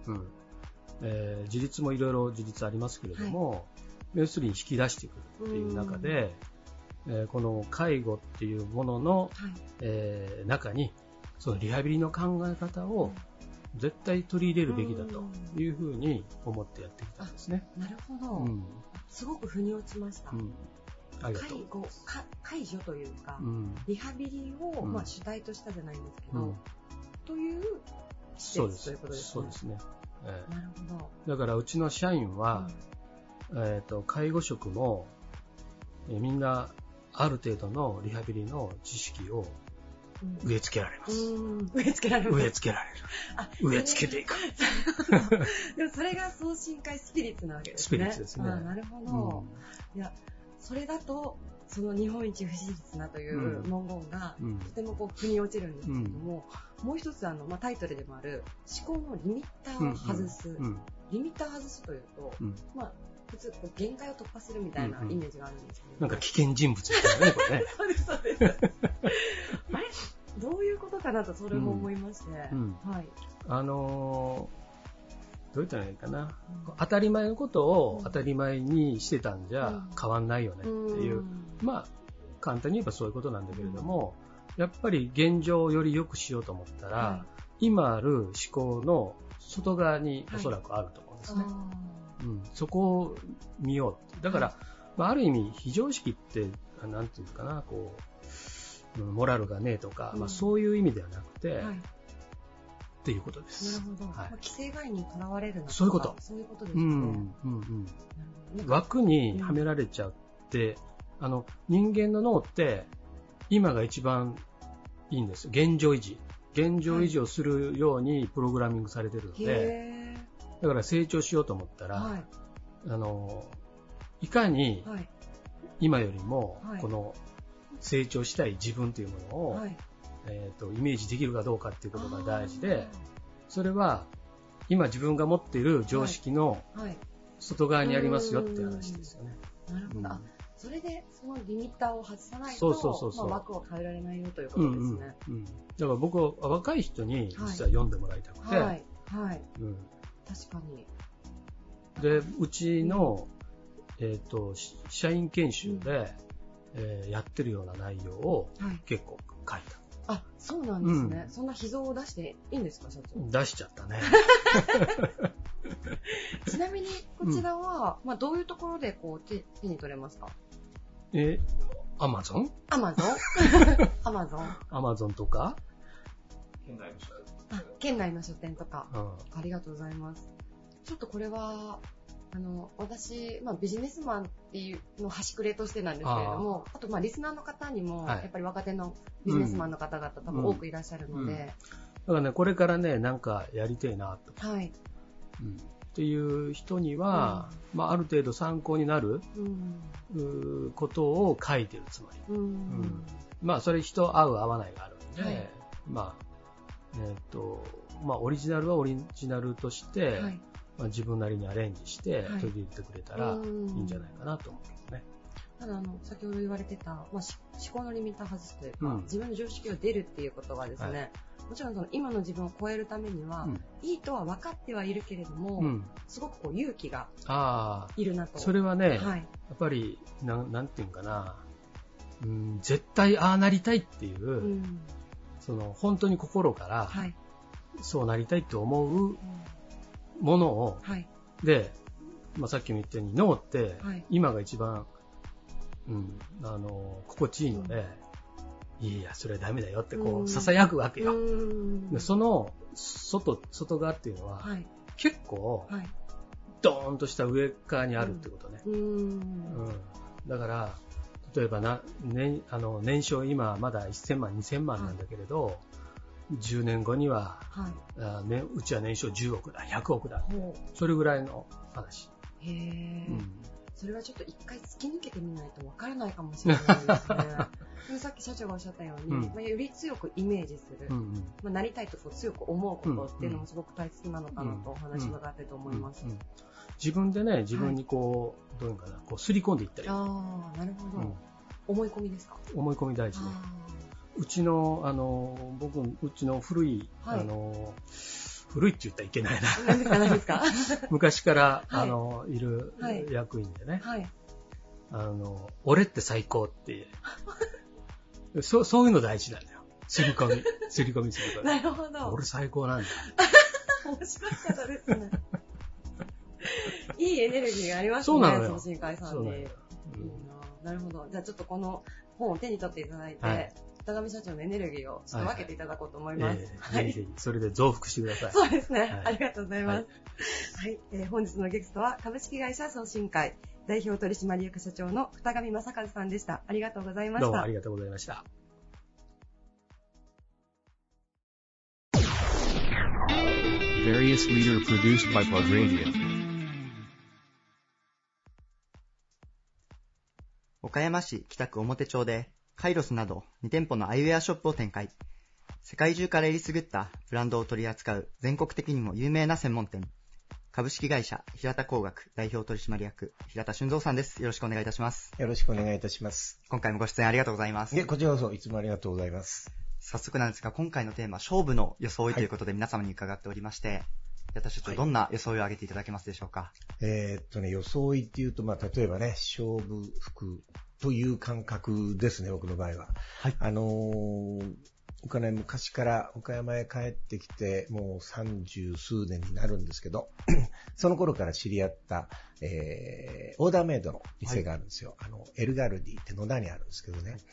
自立もいろいろ自立ありますけれども、要するに引き出していくっていう中で、この介護っていうものの、中に、そのリハビリの考え方を絶対取り入れるべきだというふうに思ってやってきたんですね。 なるほど。すごく腑に落ちました。介助というか、リハビリを、主体としたじゃないんですけど、という施設ということですね。 そうですね。 なるほど。 だからうちの社員は、介護職も、みんなある程度のリハビリの知識を植え付けられます。 植え付けられる。 植え付けられる。植え付けていく。 でもそれが送信会スピリッツなわけですね。 スピリッツですね。 なるほど。いや、それだと、その日本一不親切なという文言が、とても腑に落ちるんですけれども、もう一つタイトルでもある、思考のリミッターを外す。リミッター外すというと、普通限界を突破するみたいなイメージがあるんですけど、 なんか危険人物みたいなね、これね。 そうです、そうです。あれどういうことかなと、それも思いまして。はい。 どう言ったらいいかな。当たり前のことを当たり前にしてたんじゃ変わんないよねっていう。簡単に言えばそういうことなんだけれども、やっぱり現状をより良くしようと思ったら、今ある思考の外側におそらくあると思うんですね。そこを見よう。だから、ある意味、非常識って、なんていうかな、 モラルがねえとか、そういう意味ではなくて、っていうことです。 なるほど。既成概念にとらわれるのか。 そういうこと。 そういうことですね。 枠にはめられちゃって、人間の脳って、今が一番いいんです。現状維持。現状維持をするようにプログラミングされてるので、だから成長しようと思ったら、いかに今よりもこの成長したい自分というものを、イメージできるかどうかっていうことが大事で、それは今自分が持っている常識の外側にありますよっていう話ですよね。 なるほど。それでそのリミッターを外さないと枠を変えられないよということですね。 だから僕は若い人に実は読んでもらいたくて、 確かに。 で、うちの、社員研修で、やってるような内容を結構書いた。 あ、そうなんですね。そんな秘蔵を出していいんですか、社長。 出しちゃったね。 ちなみにこちらは、どういうところでこう手に取れますか？ アマゾンアマゾンとか県内の書店とか、ありがとうございます。ちょっとこれは私、ビジネスマンっていうの端くれとしてなんですけれども、あとリスナーの方にも、やっぱり若手のビジネスマンの方々多分多くいらっしゃるので、 だからね、これからね、なんかやりたいなとか、っていう人には、ある程度参考になる、ことを書いてるつまり。それ人合う合わないがあるんで、オリジナルはオリジナルとして、自分なりにアレンジして取り入れてくれたらいいんじゃないかなと思うけどね。 ただ先ほど言われてた、思考のリミッター外すというか、自分の常識を出るっていうことはですね、もちろん今の自分を超えるためには、いいとは分かってはいるけれども、すごく勇気がいるなと。 それはね、やっぱりなんていうかな、絶対ああなりたいっていう、本当に心から、そうなりたいと思うものを、で、さっきも言ったように脳って、今が一番、心地いいので、いや、それはダメだよってこう、囁くわけよ。でその外側っていうのは、結構、ドーンとした上側にあるってことね。だから、例えば年商今まだ1000万、2000万なんだけれど、10年後には、うちは年商10億だ、100億だ。それぐらいの話。 それはちょっと一回突き抜けてみないとわからないかもしれないですね。さっき社長がおっしゃったように、より強くイメージする、なりたいと強く思うことっていうのもすごく大切なのかなとお話を伺ってと思います。 自分でね、自分にどういうかな、刷り込んでいったり。 なるほど。思い込みですか？ 思い込み大事ね。うちの、うちの古い、古いって言ったらいけないな。 何ですか？ 昔から、いる役員でね。俺って最高って。そういうの大事なんだよ。刷り込み。 なるほど。 俺最高なんだ。 面白い方ですね。いいエネルギーがありますね。 そうなのよ。 送信会さんに。なるほど。じゃあちょっとこの本を手に取っていただいて、北上社長のエネルギーをちょっと分けていただこうと思います。 ぜひぜひ、それで増幅してください。 そうですね。ありがとうございます。本日のゲストは株式会社送信会代表取締役社長の二上正和さんでした。ありがとうございました。 どうもありがとうございました。 Various leader produced by Pod Radio。 岡山市北区表町でカイロスなど2店舗のアイウェアショップを展開。世界中からえりすぐったブランドを取り扱う全国的にも有名な専門店。株式会社平田工学代表取締役平田俊三さんです。よろしくお願いいたします。 よろしくお願いいたします。 今回もご出演ありがとうございます。 こちらこそいつもありがとうございます。 早速なんですが、今回のテーマ、勝負の装いということで皆様に伺っておりまして、平田社長、どんな装いを挙げていただけますでしょうか？ 装いっていうと、例えばね、勝負服という感覚ですね、僕の場合は。僕はね、昔から岡山へ帰ってきて、もう30数年になるんですけど、その頃から知り合った、オーダーメイドの店があるんですよ。エルガルディって野田にあるんですけどね。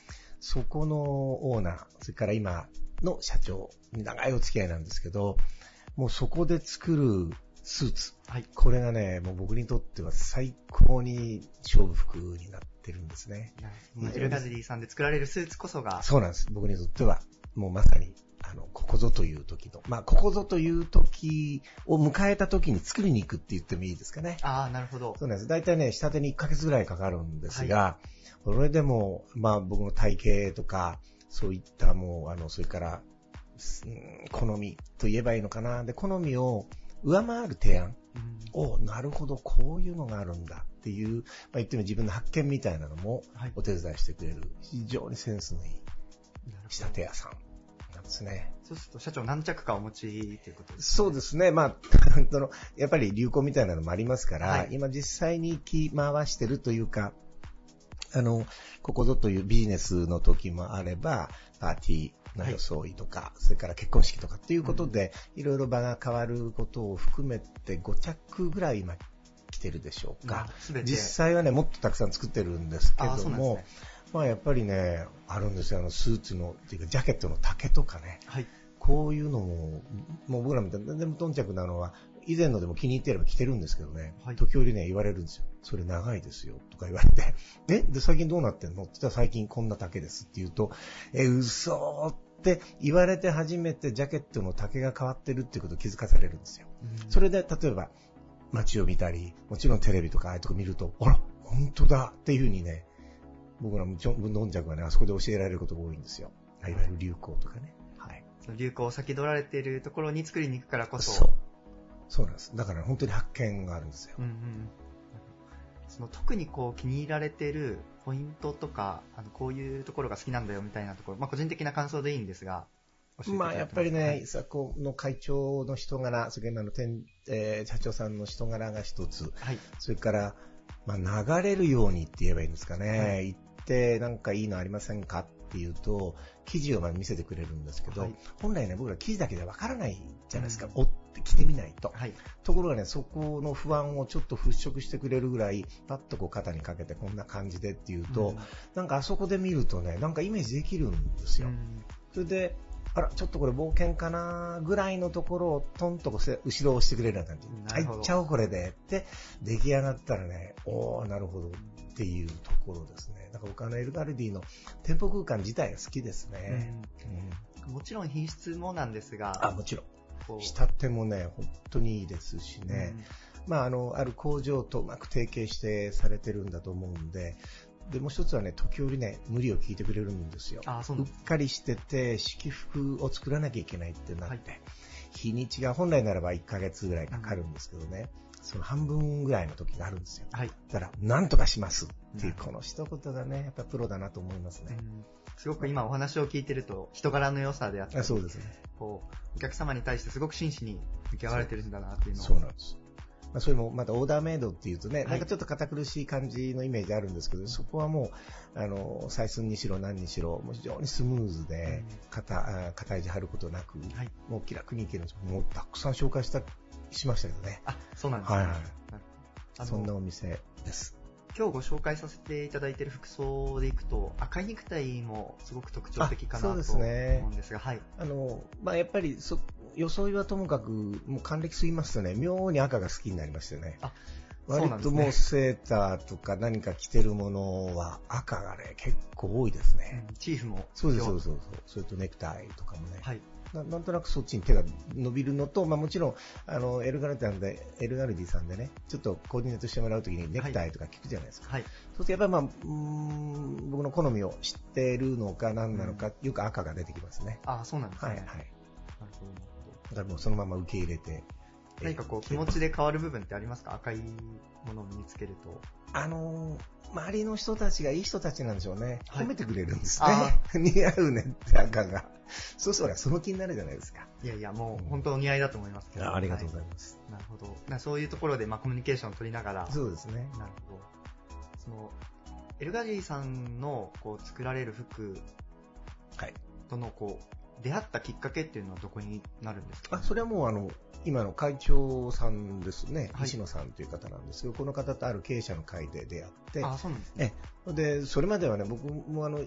そこのオーナー、それから今の社長、長いお付き合いなんですけど、もうそこで作るスーツ、はい、これがね、もう僕にとっては最高に勝負服になってるんですね。 エルガジリーさんで作られるスーツこそが。 そうなんです。僕にとっては、もうまさに、ここぞという時の、ここぞという時を迎えた時に作りに行くって言ってもいいですかね。 ああ、なるほど。 そうなんです。だいたいね、仕立てに1ヶ月ぐらいかかるんですが、はい、それでも、僕の体型とか、そういったもう、それから、好みと言えばいいのかな。で、好みを上回る提案を、なるほど、こういうのがあるんだっていう、言ってみ自分の発見みたいなのもお手伝いしてくれる、非常にセンスのいい仕立て屋さんなんですね。 そうすると社長何着かお持ちということですね。 そうですね。やっぱり流行みたいなのもありますから、はい、今実際に着回してるというか、ここぞというビジネスの時もあれば、パーティーの装いとか、はい、それから結婚式とかっていうことで、いろいろ場が変わることを含めて5着ぐらい今着てるでしょうか。実際はね、もっとたくさん作ってるんですけども、やっぱりね、あるんですよ。スーツの、っていうか、ジャケットの丈とかね。はい、こういうのも、もう僕らみたいに全然無頓着なのは、以前のでも気に入ってれば着てるんですけどね。はい、時折ね、言われるんですよ。それ長いですよ。とか言われて。で、最近どうなってんのって言ったら最近こんな丈ですって言うと、嘘って言われて初めてジャケットの丈が変わってるっていうことを気づかされるんですよ。それで、例えば、街を見たり、もちろんテレビとかああいうとこ見ると、あら、本当だっていう風にね、僕ら無頓着はね、あそこで教えられることが多いんですよ。いわゆる流行とかね。はい。 その流行を先取られているところに作りに行くからこそ。そうなんです。だから本当に発見があるんですよ。 その特に気に入られているポイントとか、こういうところが好きなんだよみたいなところ、個人的な感想でいいんですが、 やっぱりね、伊佐子の会長の人柄、それから社長さんの人柄が一つ、はい、それから、流れるようにって言えばいいんですかね。はい、行ってなんかいいのありませんかって言うと、記事を見せてくれるんですけど、はい、本来ね、僕ら記事だけでわからないじゃないですか。追って着てみないと。はい、ところがね、そこの不安をちょっと払拭してくれるぐらい、パッと肩にかけてこんな感じでっていうと、なんかあそこで見るとね、なんかイメージできるんですよ。それで、あら、ちょっとこれ冒険かなぐらいのところをトンと後ろを押してくれるような感じ。はい、行っちゃおうこれで。って出来上がったらね、なるほどっていうところですね。だから僕エルガルディの店舗空間自体が好きですね。 もちろん品質もなんですが。 もちろん。仕立てもね、本当にいいですしね。ある工場とうまく提携してされてるんだと思うんで、で、もう一つはね、時折ね、無理を聞いてくれるんですよ。うっかりしてて、式服を作らなきゃいけないってなって、日にちが本来ならば1ヶ月ぐらいかかるんですけどね、その半分ぐらいの時があるんですよ。だから、なんとかしますっていう、この一言がね、やっぱプロだなと思いますね。 すごく今お話を聞いてると、人柄の良さであったり、 そうですね。 お客様に対してすごく真摯に向き合われてるんだなっていうのを。 そうなんです。それもまたオーダーメイドっていうとね、なんかちょっと堅苦しい感じのイメージあるんですけど、そこはもう、採寸にしろ何にしろ、もう非常にスムーズで、肩いじ張ることなく、もう気楽にいけるんです。もうたくさん紹介しましたけどね。 そうなんですね。 そんなお店です。 今日ご紹介させていただいている服装でいくと、赤いネクタイもすごく特徴的かなと思うんですが、はい。 やっぱり装いはともかく、もう還暦過ぎますとね、妙に赤が好きになりましてね。割ともうセーターとか何か着てるものは赤がね、結構多いですね。 チーフも。 そうです。それとネクタイとかもね。はい。なんとなくそっちに手が伸びるのと、もちろん、エルガルディさんでね、ちょっとコーディネートしてもらうときにネクタイとか聞くじゃないですか。はい。そうするとやっぱり僕の好みを知っているのか何なのか、よく赤が出てきますね。 そうなんですね。 はい。なるほど。だからもうそのまま受け入れて。 何か気持ちで変わる部分ってありますか？赤いものを身につけると。 周りの人たちがいい人たちなんでしょうね。褒めてくれるんですね。似合うねって赤が。そうその気になるじゃないですか。 いや、もう本当お似合いだと思いますけど。 ありがとうございます。 なるほど。そういうところでコミュニケーションを取りながら。 そうですね。 なるほど。エルガジーさんの作られる服との出会ったきっかけっていうのはどこになるんですか？ それはもう今の会長さんですね、石野さんという方なんですけど、この方とある経営者の会で出会って、 そうなんですね。 で、それまではね、僕も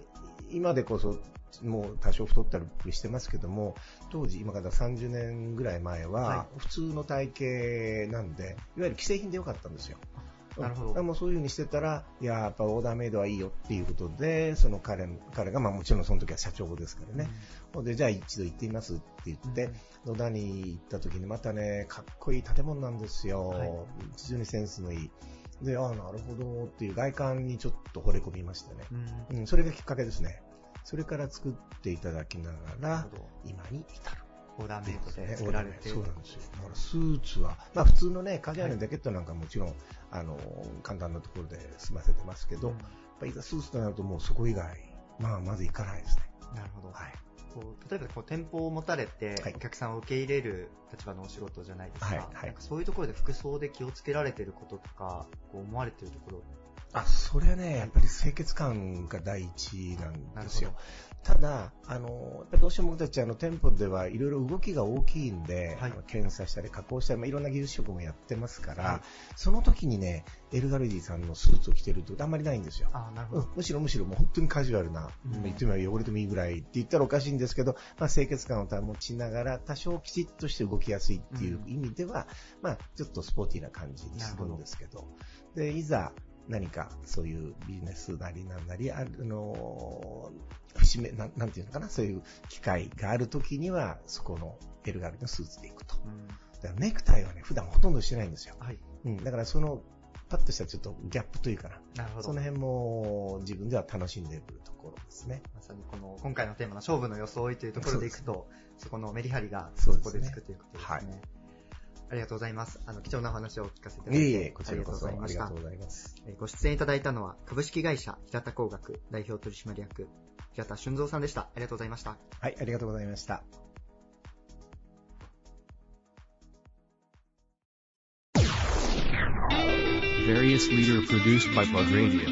今でこそもう多少太ったりしてますけども、当時今から30年ぐらい前は普通の体型なんで、いわゆる既製品でよかったんですよ。なるほど。もうそういう風にしてたら、やっぱオーダーメイドはいいよっていうことで、その彼が、もちろんその時は社長ですからね。で、じゃあ一度行ってみますって言って、野田に行った時にまたね、かっこいい建物なんですよ。非常にセンスのいい。で、なるほどっていう外観にちょっと惚れ込みましたね。それがきっかけですね。それから作っていただきながら、今に至る。 オーダーメイドで作られて、 そうなんですよ。だからスーツは、普通のね、カジュアルなジャケットなんかもちろん、簡単なところで済ませてますけど、いざスーツとなるともうそこ以外、まず行かないですね。 なるほど。例えば店舗を持たれて、お客さんを受け入れる立場のお仕事じゃないですか。なんかそういうところで服装で気をつけられていることとか、思われているところ。 それはね、やっぱり清潔感が第一なんですよ。ただ、やっぱりどうしても僕たち店舗ではいろいろ動きが大きいんで、検査したり加工したり、いろんな技術職もやってますから、その時にね、エルガルディさんのスーツを着てるってことあんまりないんですよ。むしろもう本当にカジュアルな、言ってみれば汚れてもいいぐらいって言ったらおかしいんですけど、清潔感を保ちながら、多少きちっとして動きやすいっていう意味では、ちょっとスポーティーな感じにするんですけど、で、いざ、何かそういうビジネスなりなんなり、節目、なんていうのかな、そういう機会があるときには、そこのエルガルディのスーツで行くと。だからネクタイはね、普段ほとんどしてないんですよ。だからその、パッとしたちょっとギャップというかな。その辺も自分では楽しんでいるところですね。 まさに今回のテーマの勝負の装いというところでいくと、そこのメリハリがそこでつくということですね。ありがとうございます。貴重なお話を聞かせていただいて、 こちらこそありがとうございます。 ご出演いただいたのは、株式会社平田工学代表取締役、平田俊三さんでした。ありがとうございました。 はい、ありがとうございました。 Various leader produced by Plug Radio.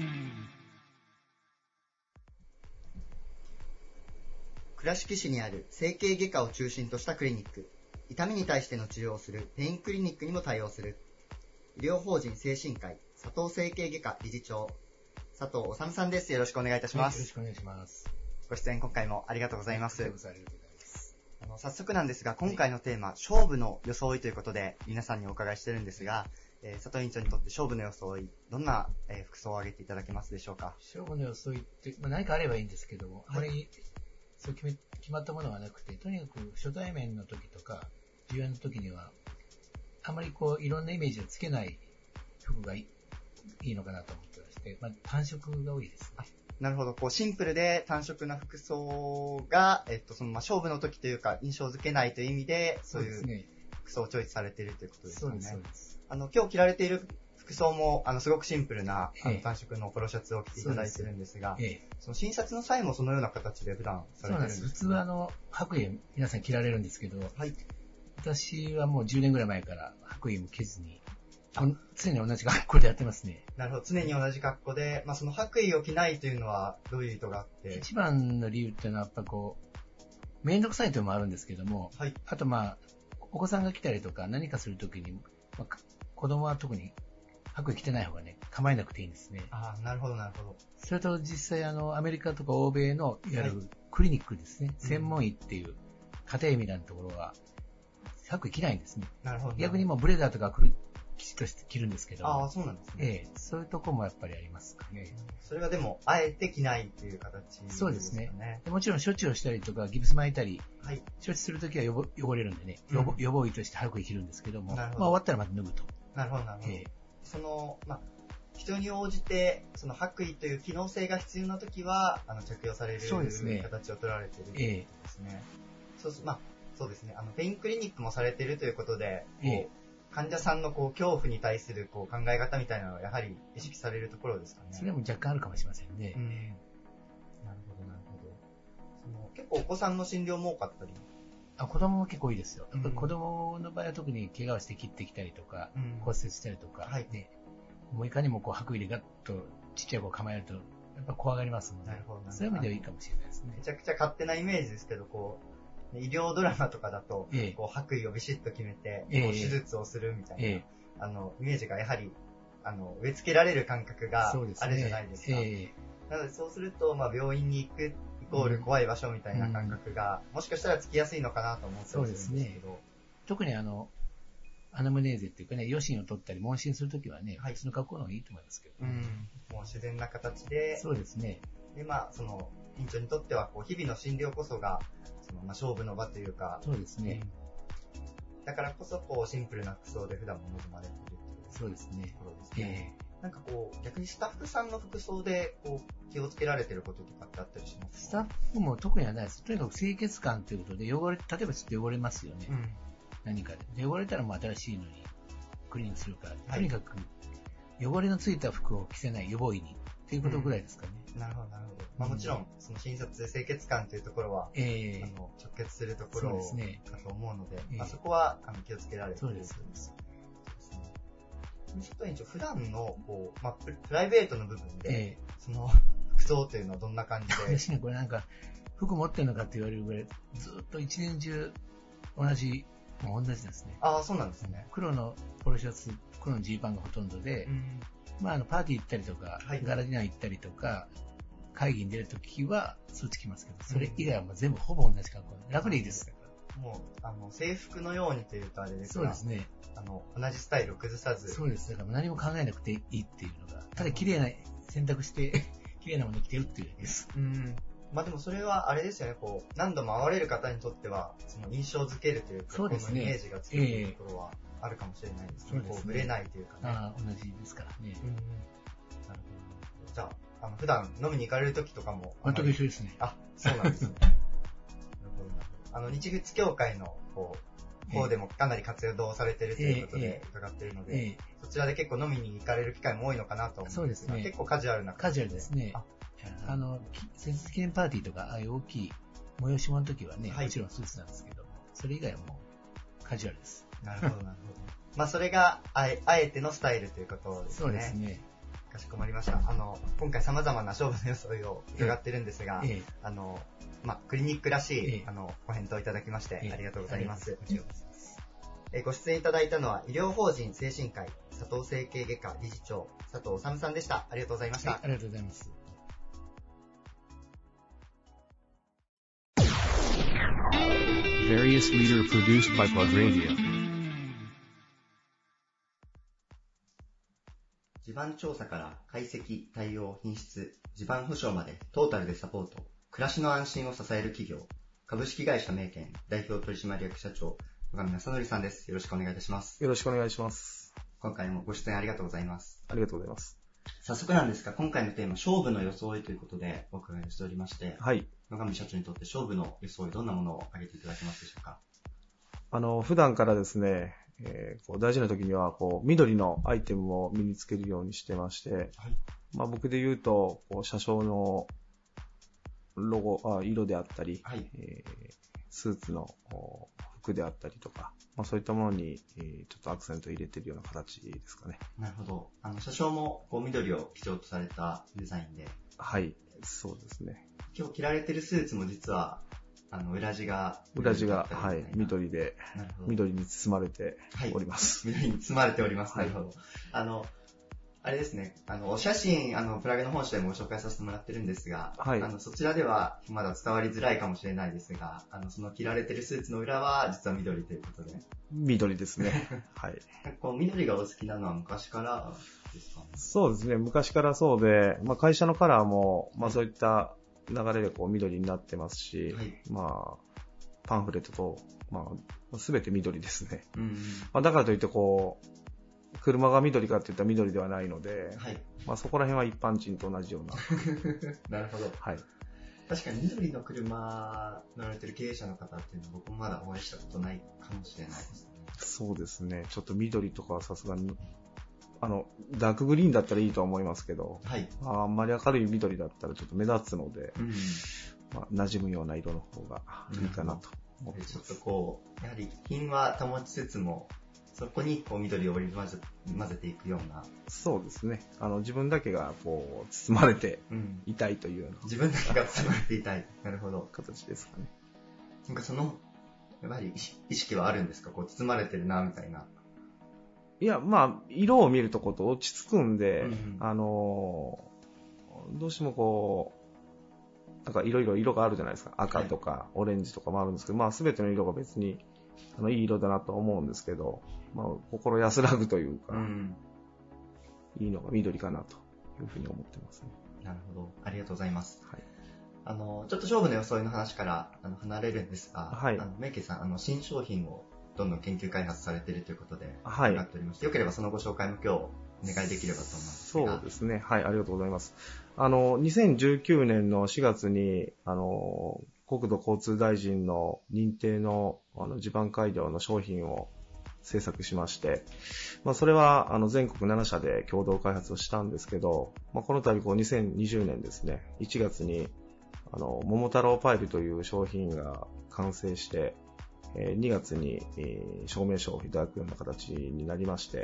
倉敷市にある整形外科を中心としたクリニック。痛みに対しての治療をするペインクリニックにも対応する医療法人精神科医佐藤整形外科理事長佐藤治さんです。よろしくお願いいたします。 よろしくお願いします。 ご出演今回もありがとうございます。早速なんですが、今回のテーマ、勝負の装いということで皆さんにお伺いしてるんですが、佐藤院長にとって勝負の装い、どんな、服装を挙げていただけますでしょうか。 勝負の装いって、何かあればいいんですけども、あまりそう決まったものがなくて、とにかく初対面の時とか重要な時にはあまりいろんなイメージをつけない服がいいのかなと思ってまして、単色が多いですね。 なるほど。シンプルで単色な服装が、勝負の時というか印象付けないという意味で、そういう服装をチョイスされているということですね。そうです。今日着られている服装もすごくシンプルな単色のポロシャツを着ていただいているんですが、その診察の際もそのような形で普段されているんですか。 そうなんです。普通は白衣皆さん着られるんですけど、私はもう10年ぐらい前から白衣も着ずに、常に同じ格好でやってますね。 なるほど。常に同じ格好で、その白衣を着ないというのはどういう意図があって。 一番の理由っていうのはやっぱめんどくさいというのもあるんですけども、あとお子さんが来たりとか何かするときに、子供は特に白衣着てない方がね、構えなくていいんですね。 なるほど、なるほど。 それと実際アメリカとか欧米のいわゆるクリニックですね、専門医っていう家庭医みたいなところは白衣着ないんですね。 なるほど。 逆にもうブレザーとかきちっとして着るんですけど。 そうなんですね。 そういうとこもやっぱりありますかね。 それはでも、あえて着ないという形ですかね。 そうですね。もちろん処置をしたりとか、ギブス巻いたり、処置するときは汚れるんでね、予防医として白衣着るんですけども、終わったらまた脱ぐと。 なるほど、なるほど。人に応じて、白衣という機能性が必要なときは、着用される形を取られているんですね。そうですね。ペインクリニックもされているということで、患者さんの恐怖に対する考え方みたいなのはやはり意識されるところですかね。 それも若干あるかもしれませんね。 なるほど、なるほど。結構お子さんの診療も多かったり。 子供も結構多いですよ。やっぱり子供の場合は特に怪我をして切ってきたりとか、骨折したりとか、もういかにも白衣でガッとちっちゃい子を構えると、やっぱ怖がりますので、そういう意味ではいいかもしれないですね。 めちゃくちゃ勝手なイメージですけど、医療ドラマとかだと、白衣をビシッと決めて、手術をするみたいな、イメージがやはり、植え付けられる感覚があるじゃないですか。 なのでそうすると、病院に行くイコール怖い場所みたいな感覚が、もしかしたらつきやすいのかなと思ってるんですけど。そうですね。 特にアナムネーゼっていうかね、余震を取ったり問診するときはね、普通の格好の方がいいと思いますけど、 もう自然な形で。 そうですね。 で、院長にとっては、日々の診療こそが、勝負の場というか。 そうですね。 だからこそ、シンプルな服装で普段も望まれているという。 そうですね。 ところですね。逆にスタッフさんの服装で、気をつけられてることとかってあったりしますか？ スタッフも特にはないです。とにかく清潔感ということで、例えばちょっと汚れますよね。何かで。汚れたらもう新しいのにクリーンするから、とにかく汚れのついた服を着せない予防医にっていうことぐらいですかね。 なるほど、なるほど。もちろん、その診察で清潔感というところは、直結するところかと思うので、そこは気をつけられている。そうです。普段のプライベートの部分で、その服装というのはどんな感じで？ 私ね、これ服持ってるのかって言われるぐらい、ずっと一年中同じですね。 ああ、そうなんですね。 黒のポロシャツ、黒のジーパンがほとんどで、パーティー行ったりとか、ガラディナー行ったりとか、会議に出るときはスーツ着ますけど、それ以外は全部ほぼ同じ格好。楽でいいです。 もう、制服のようにというとあれですが、 そうですね。 同じスタイルを崩さず。 そうです。だから何も考えなくていいっていうのが、ただ綺麗な、選択して、綺麗なもの着てるっていうだけです。 でもそれはあれですよね、何度も会われる方にとっては、その印象づけるというか、 そうですね、 このイメージがつくというところはあるかもしれないですね。ぶれないというかね。 同じですからね。 なるほど。じゃあ、普段飲みに行かれる時とかも。 全く一緒ですね。 あ、そうなんですね。なるほど。日仏協会の、方でもかなり活動されているということで伺っているので、そちらで結構飲みに行かれる機会も多いのかなと思うんですが、 そうですね、 結構カジュアルな感じで。カジュアルですね。設立記念パーティーとか、ああいう大きい催し物の時はね、もちろんスーツなんですけども、それ以外はもうカジュアルです。 なるほど、なるほど。それがあえてのスタイルということですね。 そうですね。 かしこまりました。今回様々な勝負の装いを伺ってるんですが、クリニックらしい、ご返答いただきまして、ありがとうございます。ご出演いただいたのは、医療法人精神科医、佐藤整形外科理事長、佐藤治さんでした。ありがとうございました。 ありがとうございます。 Various leader produced by Plug Radio. 地盤調査から解析、対応、品質、地盤保証までトータルでサポート、暮らしの安心を支える企業、株式会社名研代表取締役社長、野上正則さんです。よろしくお願いいたします。 よろしくお願いします。 今回もご出演ありがとうございます。 ありがとうございます。 早速なんですが、今回のテーマ、勝負の装いということでお伺いしておりまして、 はい。 野上社長にとって勝負の装い、どんなものを挙げていただけますでしょうか。 普段からですね、大事な時には緑のアイテムを身につけるようにしてまして、はい、僕で言うと車掌のロゴ色であったり、はい、スーツの服であったりとか、そういったものにちょっとアクセントを入れているような形ですかね。 なるほど。車掌も緑を基調とされたデザインで。 はい、そうですね。 今日着られてるスーツも実は裏地が、 はい、緑で、緑に包まれております。 はい、緑に包まれております。なるほど。あれですね、お写真、プラグの本誌でもご紹介させてもらってるんですが、はい、そちらではまだ伝わりづらいかもしれないですが、その着られてるスーツの裏は実は緑ということで。 緑ですね。はい。 緑がお好きなのは昔からですかね。 そうですね、昔からそうで、会社のカラーも、そういった流れで緑になってますし、はい、パンフレットと、すべて緑ですね。だからといって車が緑かって言ったら緑ではないので、はい、そこら辺は一般人と同じような。 なるほど。 はい。 確かに緑の車乗られてる経営者の方っていうのは僕もまだお会いしたことないかもしれないですね。 そうですね。ちょっと緑とかはさすがに、ダークグリーンだったらいいとは思いますけど、はい、あんまり明るい緑だったらちょっと目立つので、馴染むような色の方がいいかなと思ってます。 ちょっとやはり品は保ちつつも、そこに緑を織り交ぜていくような。 そうですね。自分だけが包まれていたいというような。 自分だけが包まれていたい。なるほど。 形ですかね。 やはり意識はあるんですか？包まれてるな、みたいな。 いや、色を見ると落ち着くんで、 どうしてもこう、なんかいろいろ色があるじゃないですか。赤とかオレンジとかもあるんですけど、まあ全ての色が別にいい色だなとは思うんですけど、まあ心安らぐというか、いいのが緑かなというふうに思ってますね。 なるほど。ありがとうございます。はい。ちょっと勝負の装いの話から離れるんですが、はい。メイケンさん、新商品をどんどん研究開発されているということで、はい。伺っております。よければそのご紹介も今日お願いできればと思いますが。 そうですね。はい、ありがとうございます。2019年の4月に、国土交通大臣の認定の、地盤改良の商品を制作しまして、まあ、それは、全国7社で共同開発をしたんですけど、まあ、この度、2020年ですね、1月に、桃太郎パイルという商品が完成して、2月に証明書をいただくような形になりまして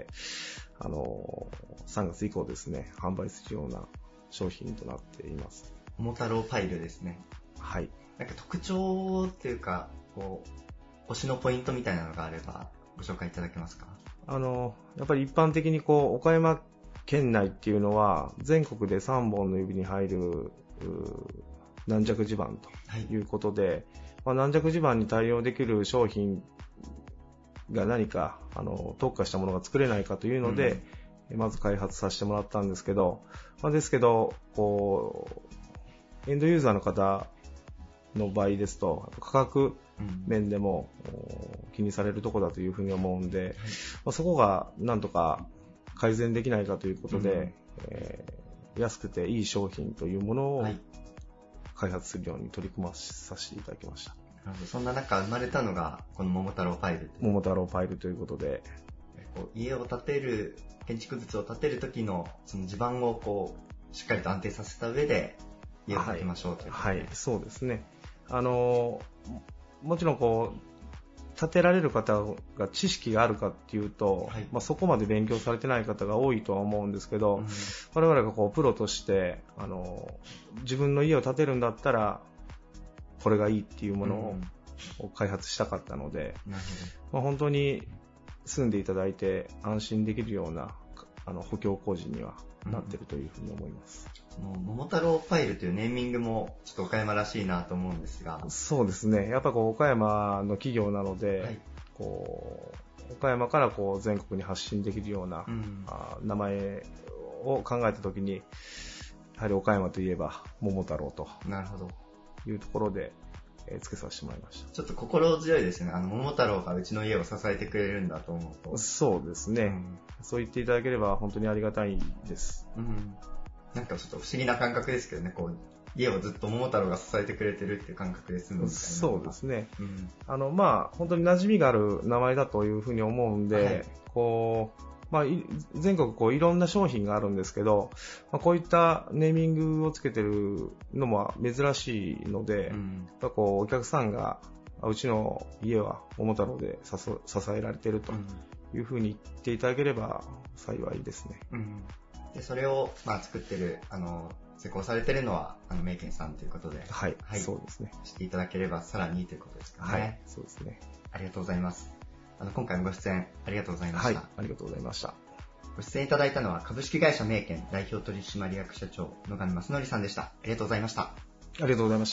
、3月以降ですね、販売するような商品となっています。 桃太郎パイルですね。 はい。 なんか特徴っていうか、推しのポイントみたいなのがあればご紹介いただけますか？ やっぱり一般的に岡山県内っていうのは全国で3本の指に入る軟弱地盤ということで、はい、まあ、軟弱地盤に対応できる商品が何か特化したものが作れないかというので、まず開発させてもらったんですけど、まあ、ですけどエンドユーザーの方の場合ですと価格面でも気にされるところだというふうに思うんで、まあ、そこがなんとか改善できないかということで、安くていい商品というものを開発するように取り組まさせていただきました。 なるほど。そんな中生まれたのがこの桃太郎パイル。 桃太郎パイルということで、 家を建てる、建築物を建てる時のその地盤をしっかりと安定させた上で家を建てましょうということで、 はい、そうですね。もちろん建てられる方が知識があるかっていうと、はい、まあ、そこまで勉強されてない方が多いとは思うんですけど、我々がプロとして自分の家を建てるんだったらこれがいいっていうものを開発したかったので、まあ、本当に住んでいただいて安心できるような補強工事にはなっているというふうに思います。 桃太郎パイルというネーミングもちょっと岡山らしいなと思うんですが。 そうですね。やっぱ岡山の企業なので、はい、岡山から全国に発信できるような、名前を考えたときに、やはり岡山といえば桃太郎というところで付けさせてもらいました。 ちょっと心強いですね。桃太郎がうちの家を支えてくれるんだと思うと。 そうですね。そう言っていただければ本当にありがたいです。 なんかちょっと不思議な感覚ですけどね、家をずっと桃太郎が支えてくれてるっていう感覚で住むみたいな。 そうですね。まあ、本当に馴染みがある名前だというふうに思うんで、はい、まあ、全国いろんな商品があるんですけど、まあ、こういったネーミングをつけてるのも珍しいので、お客さんが、うちの家は桃太郎で支えられているというふうに言っていただければ幸いですね。 でそれを、作ってる、施工されてるのは、メイケンさんということで。 はい。はい。そうですね。 していただければさらにいいということですかね。 はい。そうですね。 ありがとうございます。今回もご出演ありがとうございました。 はい。ありがとうございました。 ご出演いただいたのは、株式会社メイケン代表取締役社長、野上正則さんでした。ありがとうございました。ありがとうございました。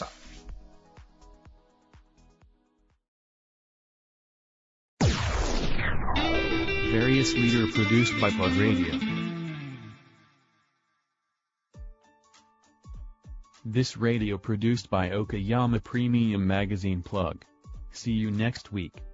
Various leader produced by Plug Radio. This radio produced by Okayama Premium Magazine Plug. See you next week.